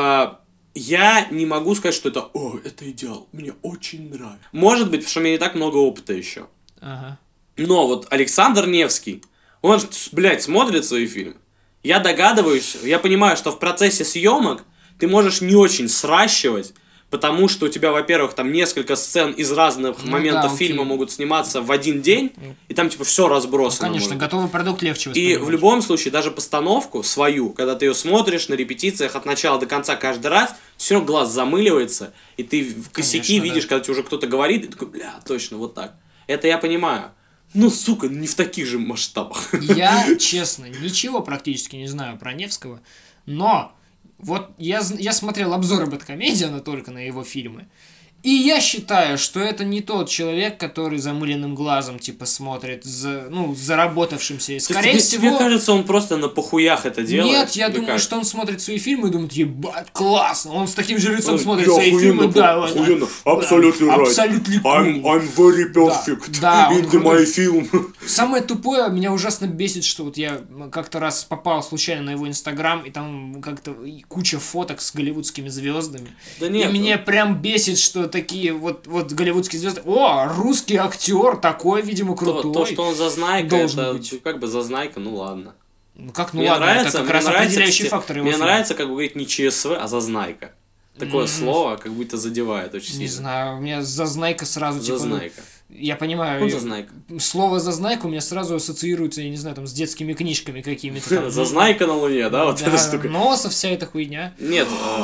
[SPEAKER 1] я не могу сказать, что это, это идеал, мне очень нравится. Может быть, потому что у меня не так много опыта еще. Но вот Александр Невский, он, блядь, смотрит свои фильмы. Я догадываюсь, я понимаю, что в процессе съемок ты можешь не очень сращивать, потому что у тебя, во-первых, там несколько сцен из разных моментов фильма могут сниматься в один день, и там типа все разбросано.
[SPEAKER 2] Ну, конечно, готовый продукт легче
[SPEAKER 1] воспринимать. И в любом случае, даже постановку свою, когда ты ее смотришь на репетициях от начала до конца каждый раз, все равно глаз замыливается, и ты в косяки видишь, когда тебе уже кто-то говорит, и такой, бля, точно, вот так. Это я понимаю. Ну, сука, не в таких же масштабах.
[SPEAKER 2] Я, честно, ничего практически не знаю про Невского, но вот я смотрел обзоры Бэдкомедиана только на его фильмы, И я считаю, что это не тот человек, который замыленным глазом, типа, смотрит, заработавшимся. И, скорее всего...
[SPEAKER 1] Тебе кажется, он просто на похуях это делает?
[SPEAKER 2] Нет, я думаю,
[SPEAKER 1] как?
[SPEAKER 2] что он смотрит свои фильмы и думает, ебать, классно. Он с таким же лицом смотрит свои фильмы, да.
[SPEAKER 1] Охуенно, абсолютно right.
[SPEAKER 2] Cool.
[SPEAKER 1] I'm very perfect in my film.
[SPEAKER 2] Самое тупое, меня ужасно бесит, что вот я как-то раз попал случайно на его инстаграм, и там как-то куча фоток с голливудскими звездами.
[SPEAKER 1] Да нет.
[SPEAKER 2] И меня прям бесит, что такие вот голливудские звезды. О, русский актер, такой, видимо, крутой.
[SPEAKER 1] То, что он зазнайка, это
[SPEAKER 2] быть.
[SPEAKER 1] Как бы зазнайка, ну ладно.
[SPEAKER 2] Ну как, ну
[SPEAKER 1] мне
[SPEAKER 2] ладно,
[SPEAKER 1] нравится,
[SPEAKER 2] это как раз определяющий фактор его
[SPEAKER 1] Мне
[SPEAKER 2] фильма.
[SPEAKER 1] нравится, как говорить, не ЧСВ, а зазнайка. Такое слово как будто задевает очень сильно.
[SPEAKER 2] Не знаю, у меня зазнайка сразу, типа...
[SPEAKER 1] Зазнайка.
[SPEAKER 2] Я понимаю.
[SPEAKER 1] Он зазнайка.
[SPEAKER 2] Слово зазнайка у меня сразу ассоциируется, я не знаю, там, с детскими книжками какими-то.
[SPEAKER 1] Зазнайка на Луне, да, вот эта штука.
[SPEAKER 2] Носов, вся эта хуйня.
[SPEAKER 1] Нет.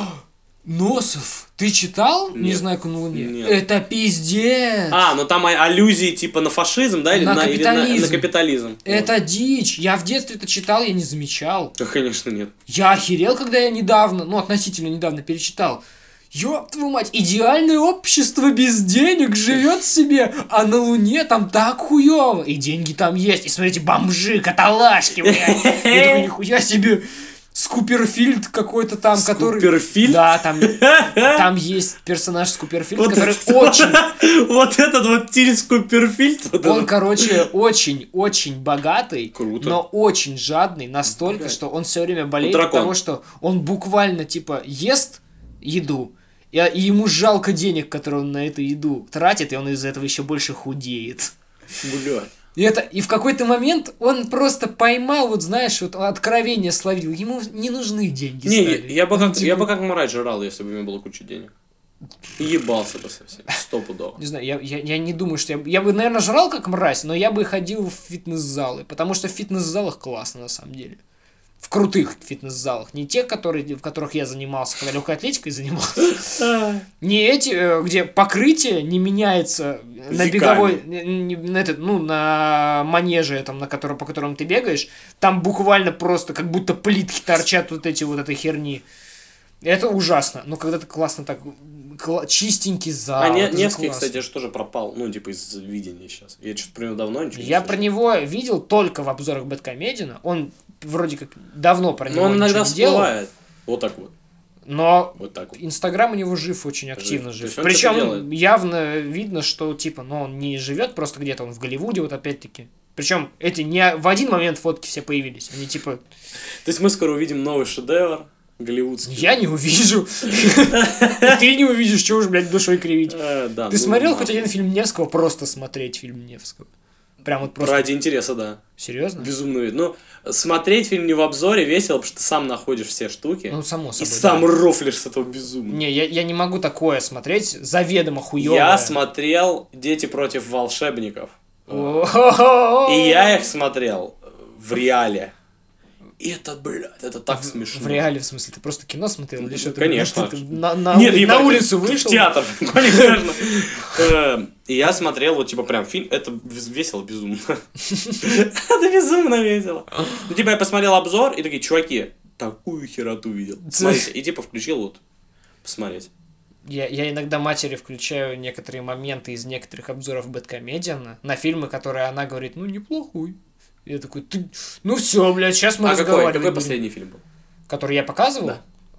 [SPEAKER 2] Носов, ты читал?
[SPEAKER 1] Нет.
[SPEAKER 2] Не знаю, как на Луне.
[SPEAKER 1] Нет.
[SPEAKER 2] Это пиздец.
[SPEAKER 1] Ну там аллюзии типа на фашизм, да, или
[SPEAKER 2] На
[SPEAKER 1] на
[SPEAKER 2] капитализм.
[SPEAKER 1] капитализм.
[SPEAKER 2] Это дичь. Я в детстве это читал, я не замечал.
[SPEAKER 1] Да, конечно, нет.
[SPEAKER 2] Я охерел, когда я недавно, относительно недавно перечитал. Ёб твою мать, идеальное общество без денег живет себе, а на Луне там так хуёво. И деньги там есть. И смотрите, бомжи, каталажки, блядь. Я такой, нихуя себе. Скуперфильд какой-то там, который...
[SPEAKER 1] Скуперфильд?
[SPEAKER 2] Да, там есть персонаж Скуперфильд, который очень...
[SPEAKER 1] Вот этот вот Тиль Скуперфильд.
[SPEAKER 2] Он, короче, очень-очень богатый,
[SPEAKER 1] Круто.
[SPEAKER 2] но очень жадный настолько, что он все время болеет от того, что он буквально, типа, ест еду, и ему жалко денег, которые он на эту еду тратит, и он из-за этого еще больше худеет.
[SPEAKER 1] Блядь.
[SPEAKER 2] И в какой-то момент он просто поймал, вот знаешь, вот откровение словил. Ему не нужны деньги.
[SPEAKER 1] Не, я бы как Мурай жрал, если бы у меня было куча денег. И ебался бы совсем. Стопудово.
[SPEAKER 2] Не знаю, я не думаю, что я бы, наверное, жрал как мразь, но я бы ходил в фитнес-залы, потому что в фитнес-залах классно на самом деле. В крутых фитнес-залах. Не те, в которых я занимался, когда легкой атлетикой занимался. Не эти, где покрытие не меняется на беговой, на манеже, там, по которому ты бегаешь. Там буквально просто как будто плитки торчат вот эти вот этой херни. Это ужасно. Но когда ты классно так... Чистенький зал.
[SPEAKER 1] Невский, кстати, же тоже пропал. Ну, типа, из видения сейчас. Я что-то про него давно ничего не
[SPEAKER 2] Я
[SPEAKER 1] слышал.
[SPEAKER 2] про него видел только в обзорах Бэдкомедиана. Он вроде как давно про него
[SPEAKER 1] он
[SPEAKER 2] ничего
[SPEAKER 1] иногда
[SPEAKER 2] не делал.
[SPEAKER 1] всплывает. Вот так вот.
[SPEAKER 2] Но
[SPEAKER 1] Вот так вот.
[SPEAKER 2] Инстаграм у него жив, очень активно
[SPEAKER 1] Жив.
[SPEAKER 2] жив.
[SPEAKER 1] То есть он что-то
[SPEAKER 2] Причем явно видно, что типа, он не живет просто где-то, он в Голливуде, вот опять-таки. Причем эти не в один момент фотки все появились. Они типа.
[SPEAKER 1] То есть мы скоро увидим новый шедевр голливудский.
[SPEAKER 2] Я не увижу. Ты не увидишь, чего уж, блядь, душой кривить. Ты смотрел хоть один фильм Невского? Просто смотреть фильм Невского. Прям вот просто.
[SPEAKER 1] Ради интереса, да.
[SPEAKER 2] Серьезно?
[SPEAKER 1] Безумно вид. Ну, смотреть фильм не в обзоре весело, потому что ты сам находишь все штуки.
[SPEAKER 2] Ну, само собой.
[SPEAKER 1] И сам рофлишь с этого безумно.
[SPEAKER 2] Не, я не могу такое смотреть, заведомо хуёвое.
[SPEAKER 1] Я смотрел «Дети против волшебников». И
[SPEAKER 2] И
[SPEAKER 1] я их смотрел в реале. И это, блядь, это так смешно.
[SPEAKER 2] В реале, в смысле, ты просто кино смотрел? Или что?
[SPEAKER 1] Конечно.
[SPEAKER 2] Ты на
[SPEAKER 1] ебать,
[SPEAKER 2] улицу
[SPEAKER 1] в
[SPEAKER 2] вышел?
[SPEAKER 1] театр, конечно. И я смотрел, вот, типа, прям фильм, это весело безумно. Это безумно весело. Ну, типа, я посмотрел обзор, и такие, чуваки, такую хероту видел. Смотрите, и, типа, включил вот, посмотреть.
[SPEAKER 2] Я иногда матери включаю некоторые моменты из некоторых обзоров Бэдкомедиана на фильмы, которые она говорит, неплохой. Я такой, ну все, блядь, сейчас мы разговариваем.
[SPEAKER 1] Какой последний фильм был?
[SPEAKER 2] Который я показывал?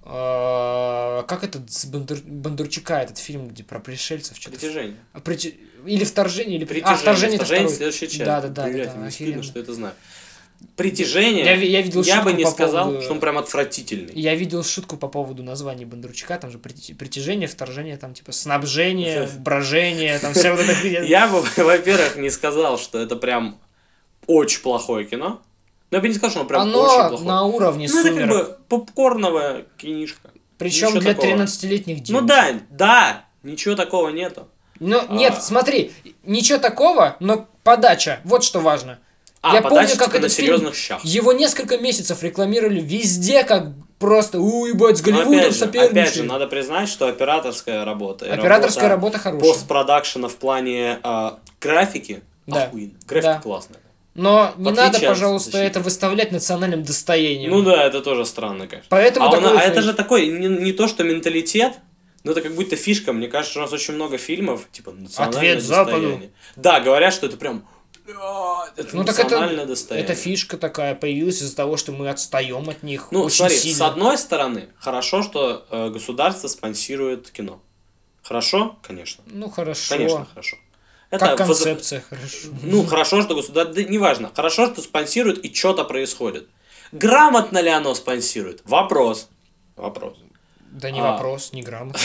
[SPEAKER 1] Да.
[SPEAKER 2] Как этот с Бондарчука, этот фильм, где про пришельцев?
[SPEAKER 1] Притяжение.
[SPEAKER 2] Или вторжение, или
[SPEAKER 1] Притяжение.
[SPEAKER 2] Вторжение это второй.
[SPEAKER 1] Следующая часть.
[SPEAKER 2] Да,
[SPEAKER 1] Блядь, не
[SPEAKER 2] охеренно.
[SPEAKER 1] стыдно, что это знаю. Притяжение.
[SPEAKER 2] Я видел
[SPEAKER 1] я бы
[SPEAKER 2] шутку
[SPEAKER 1] не
[SPEAKER 2] по
[SPEAKER 1] сказал,
[SPEAKER 2] поводу...
[SPEAKER 1] что он прям отвратительный.
[SPEAKER 2] Я видел шутку по поводу названия Бондарчука, там же притяжение, вторжение, там типа снабжение, брожение, там все вот это.
[SPEAKER 1] Я бы, во-первых, не сказал, что это прям очень плохое кино. Но я бы не сказал, что оно прям очень плохое.
[SPEAKER 2] На уровне «Сумерок».
[SPEAKER 1] Это как бы попкорновая кинишка.
[SPEAKER 2] Причем для 13-летних девочек.
[SPEAKER 1] Ну да, ничего такого нету.
[SPEAKER 2] Нет, смотри, ничего такого, но подача, вот что важно. Я помню, как
[SPEAKER 1] на
[SPEAKER 2] этот
[SPEAKER 1] серьезных
[SPEAKER 2] фильм,
[SPEAKER 1] щах.
[SPEAKER 2] его несколько месяцев рекламировали везде, как просто, ебать, с Голливудом соперничают.
[SPEAKER 1] Опять же, надо признать, что операторская работа.
[SPEAKER 2] Операторская работа хорошая.
[SPEAKER 1] Постпродакшена в плане графики.
[SPEAKER 2] Да.
[SPEAKER 1] Охуенно. Графика классная.
[SPEAKER 2] Но не надо,
[SPEAKER 1] отличие от
[SPEAKER 2] пожалуйста,
[SPEAKER 1] «Защиты».
[SPEAKER 2] это выставлять национальным достоянием.
[SPEAKER 1] Ну да, это тоже странно, конечно.
[SPEAKER 2] Поэтому
[SPEAKER 1] это же такой, не то что менталитет, Ну, это как будто фишка. Мне кажется, что у нас очень много фильмов, типа, национальное
[SPEAKER 2] Ответ
[SPEAKER 1] достояние.
[SPEAKER 2] Западу.
[SPEAKER 1] Да, говорят, что это прям... Это
[SPEAKER 2] Ну так
[SPEAKER 1] национальное достояние.
[SPEAKER 2] это фишка такая появилась из-за того, что мы отстаем от них
[SPEAKER 1] Ну,
[SPEAKER 2] очень
[SPEAKER 1] смотри,
[SPEAKER 2] сильно.
[SPEAKER 1] с одной стороны, хорошо, что государство спонсирует кино. Хорошо? Конечно.
[SPEAKER 2] Ну хорошо.
[SPEAKER 1] Конечно, хорошо.
[SPEAKER 2] Как
[SPEAKER 1] Это
[SPEAKER 2] концепция, хорошо.
[SPEAKER 1] Ну, хорошо, что государство... Да, неважно. Хорошо, что спонсирует и что-то происходит. Грамотно ли оно спонсирует? Вопрос.
[SPEAKER 2] Да не вопрос, не грамотно.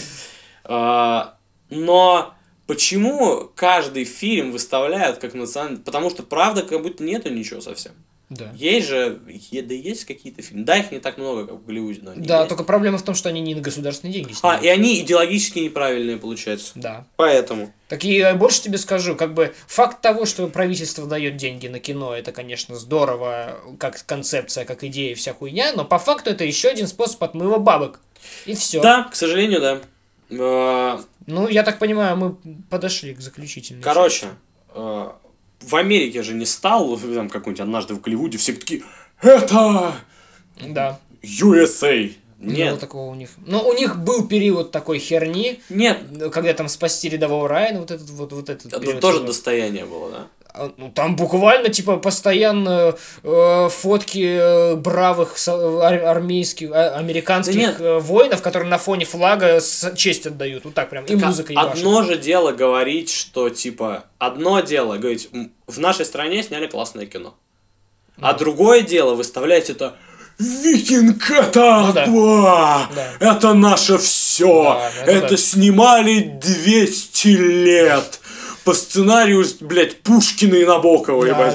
[SPEAKER 1] Но почему каждый фильм выставляют как национальный? Потому что, правда, как будто нету ничего совсем.
[SPEAKER 2] Да.
[SPEAKER 1] Есть же, да есть какие-то фильмы. Да, их не так много, как в Голливуде, но они
[SPEAKER 2] Да,
[SPEAKER 1] есть.
[SPEAKER 2] только проблема в том, что они не на государственные деньги
[SPEAKER 1] И
[SPEAKER 2] снимают.
[SPEAKER 1] они идеологически неправильные, получается.
[SPEAKER 2] Да.
[SPEAKER 1] Поэтому.
[SPEAKER 2] Так и больше тебе скажу, как бы факт того, что правительство дает деньги на кино, это, конечно, здорово, как концепция, как идея, вся хуйня, но по факту это еще один способ отмыва бабок. И все.
[SPEAKER 1] Да, к сожалению, да.
[SPEAKER 2] Ну, я так понимаю, мы подошли к заключительной
[SPEAKER 1] Короче, в Америке же не стал, там какой-нибудь однажды в Голливуде, все такие, это
[SPEAKER 2] части. Да.
[SPEAKER 1] USA.
[SPEAKER 2] Не
[SPEAKER 1] Нет.
[SPEAKER 2] было такого у них. Но у них был период такой херни,
[SPEAKER 1] Нет.
[SPEAKER 2] когда там спасти рядового Райана, вот этот
[SPEAKER 1] Это
[SPEAKER 2] период
[SPEAKER 1] тоже
[SPEAKER 2] всего.
[SPEAKER 1] достояние было, да?
[SPEAKER 2] Ну, там буквально, типа, постоянно фотки бравых армейских, американских воинов, которые на фоне флага честь отдают. Вот так прям. И музыка ебашит.
[SPEAKER 1] Одно же дело говорить, что, типа, одно дело говорить, в нашей стране сняли классное кино. А другое дело выставлять это «Викинг это, это наше все,
[SPEAKER 2] Да,
[SPEAKER 1] это снимали 200 лет». По сценарию, блядь, Пушкина и Набокова, ебать.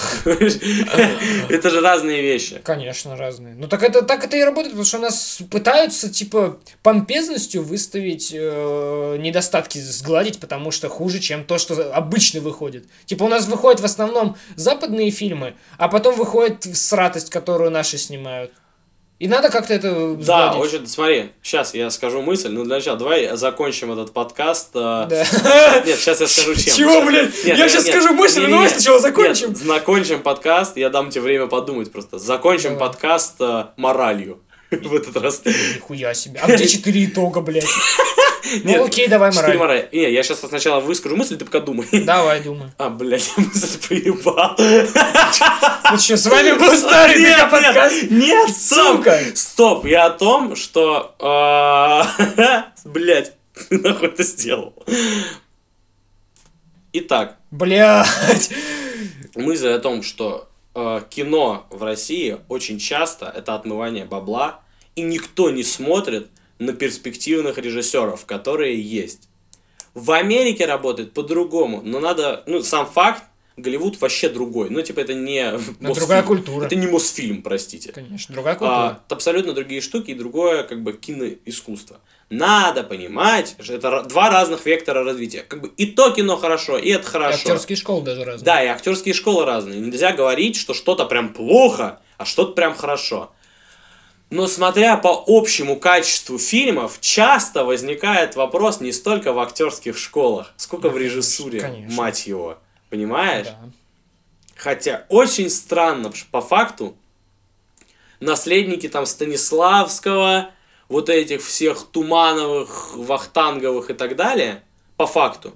[SPEAKER 1] Это же разные вещи.
[SPEAKER 2] Конечно, разные. Ну так это и работает, потому что у нас пытаются, типа, помпезностью выставить недостатки, сгладить, потому что хуже, чем то, что обычно выходит. Типа у нас выходят в основном западные фильмы, а потом выходит сратость, которую наши снимают. И надо как-то это сгладить.
[SPEAKER 1] Да, очень, смотри, сейчас я скажу мысль, но для начала давай закончим этот подкаст.
[SPEAKER 2] Да.
[SPEAKER 1] Нет, сейчас я скажу чем.
[SPEAKER 2] Чего, блядь? Я сейчас скажу мысль, но давай сначала закончим.
[SPEAKER 1] Нет, закончим подкаст, я дам тебе время подумать просто. Закончим подкаст моралью в этот раз.
[SPEAKER 2] Нихуя себе. А где 4 итога, блядь? Ну окей, давай
[SPEAKER 1] 4
[SPEAKER 2] мораль.
[SPEAKER 1] Не, я сейчас сначала выскажу мысль, ты пока думай.
[SPEAKER 2] Давай, думай.
[SPEAKER 1] Блядь, я мысль поебал.
[SPEAKER 2] Ну что, с вами был старый меня подкаст?
[SPEAKER 1] Нет,
[SPEAKER 2] сука!
[SPEAKER 1] Стоп, я о том, что... Блядь, ты нахуй это сделал. Итак.
[SPEAKER 2] Блядь.
[SPEAKER 1] Мысль о том, что кино в России очень часто это отмывание бабла, и никто не смотрит на перспективных режиссеров, которые есть. В Америке работает по-другому, но надо... Ну, сам факт, Голливуд вообще другой. Ну, типа, это не Мосфильм.
[SPEAKER 2] Другая культура.
[SPEAKER 1] Это не Мосфильм, простите.
[SPEAKER 2] Конечно, другая культура.
[SPEAKER 1] Это абсолютно другие штуки и другое, как бы, киноискусство. Надо понимать, что это два разных вектора развития. Как бы и то кино хорошо, и это хорошо.
[SPEAKER 2] И актерские школы даже разные.
[SPEAKER 1] Да, и актерские школы разные. Нельзя говорить, что что-то прям плохо, а что-то прям хорошо. Но смотря по общему качеству фильмов, часто возникает вопрос не столько в актерских школах, сколько в режиссуре,
[SPEAKER 2] конечно.
[SPEAKER 1] мать его. Понимаешь?
[SPEAKER 2] Да.
[SPEAKER 1] Хотя очень странно, потому что по факту наследники там Станиславского, вот этих всех Тумановых, Вахтанговых и так далее, по факту,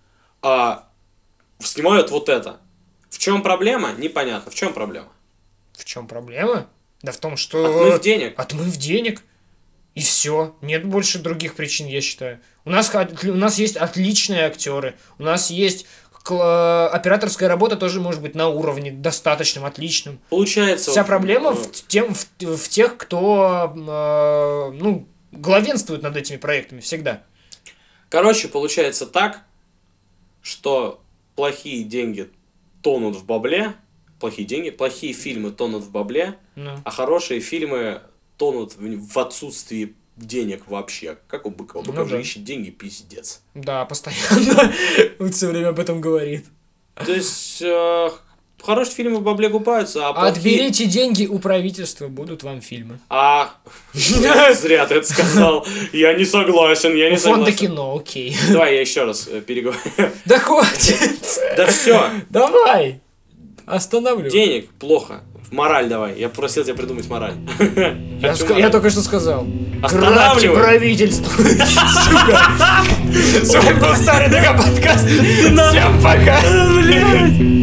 [SPEAKER 1] снимают вот это. В чем проблема? Непонятно. В чем проблема?
[SPEAKER 2] В чем проблема? Да в том, что...
[SPEAKER 1] Отмыв денег.
[SPEAKER 2] Отмыв денег. И все. Нет больше других причин, я считаю. У нас есть отличные актеры. У нас есть... Операторская работа тоже может быть на уровне достаточном, отличном.
[SPEAKER 1] Получается...
[SPEAKER 2] Вся проблема в тех, кто главенствует над этими проектами всегда.
[SPEAKER 1] Короче, получается так, что плохие деньги тонут в бабле, плохие фильмы тонут в бабле, а хорошие фильмы тонут в отсутствии денег вообще. Как у Быкова. Быков же ищет деньги, пиздец.
[SPEAKER 2] Да, постоянно. Он все время об этом говорит.
[SPEAKER 1] То есть, хорошие фильмы в бабле купаются, а плохие...
[SPEAKER 2] Отберите деньги у правительства, будут вам фильмы.
[SPEAKER 1] Зря ты это сказал. Я не согласен, я не согласен.
[SPEAKER 2] Фонда кино, окей.
[SPEAKER 1] Давай я еще раз переговорю.
[SPEAKER 2] Да хватит.
[SPEAKER 1] Да все.
[SPEAKER 2] Давай. Остановлю.
[SPEAKER 1] Денег плохо Мораль давай. Я просил тебя придумать мораль.
[SPEAKER 2] Я только что сказал.
[SPEAKER 1] Останавливай.
[SPEAKER 2] Правительство. Сука. С вами был Старый Дага подкаст. Всем пока.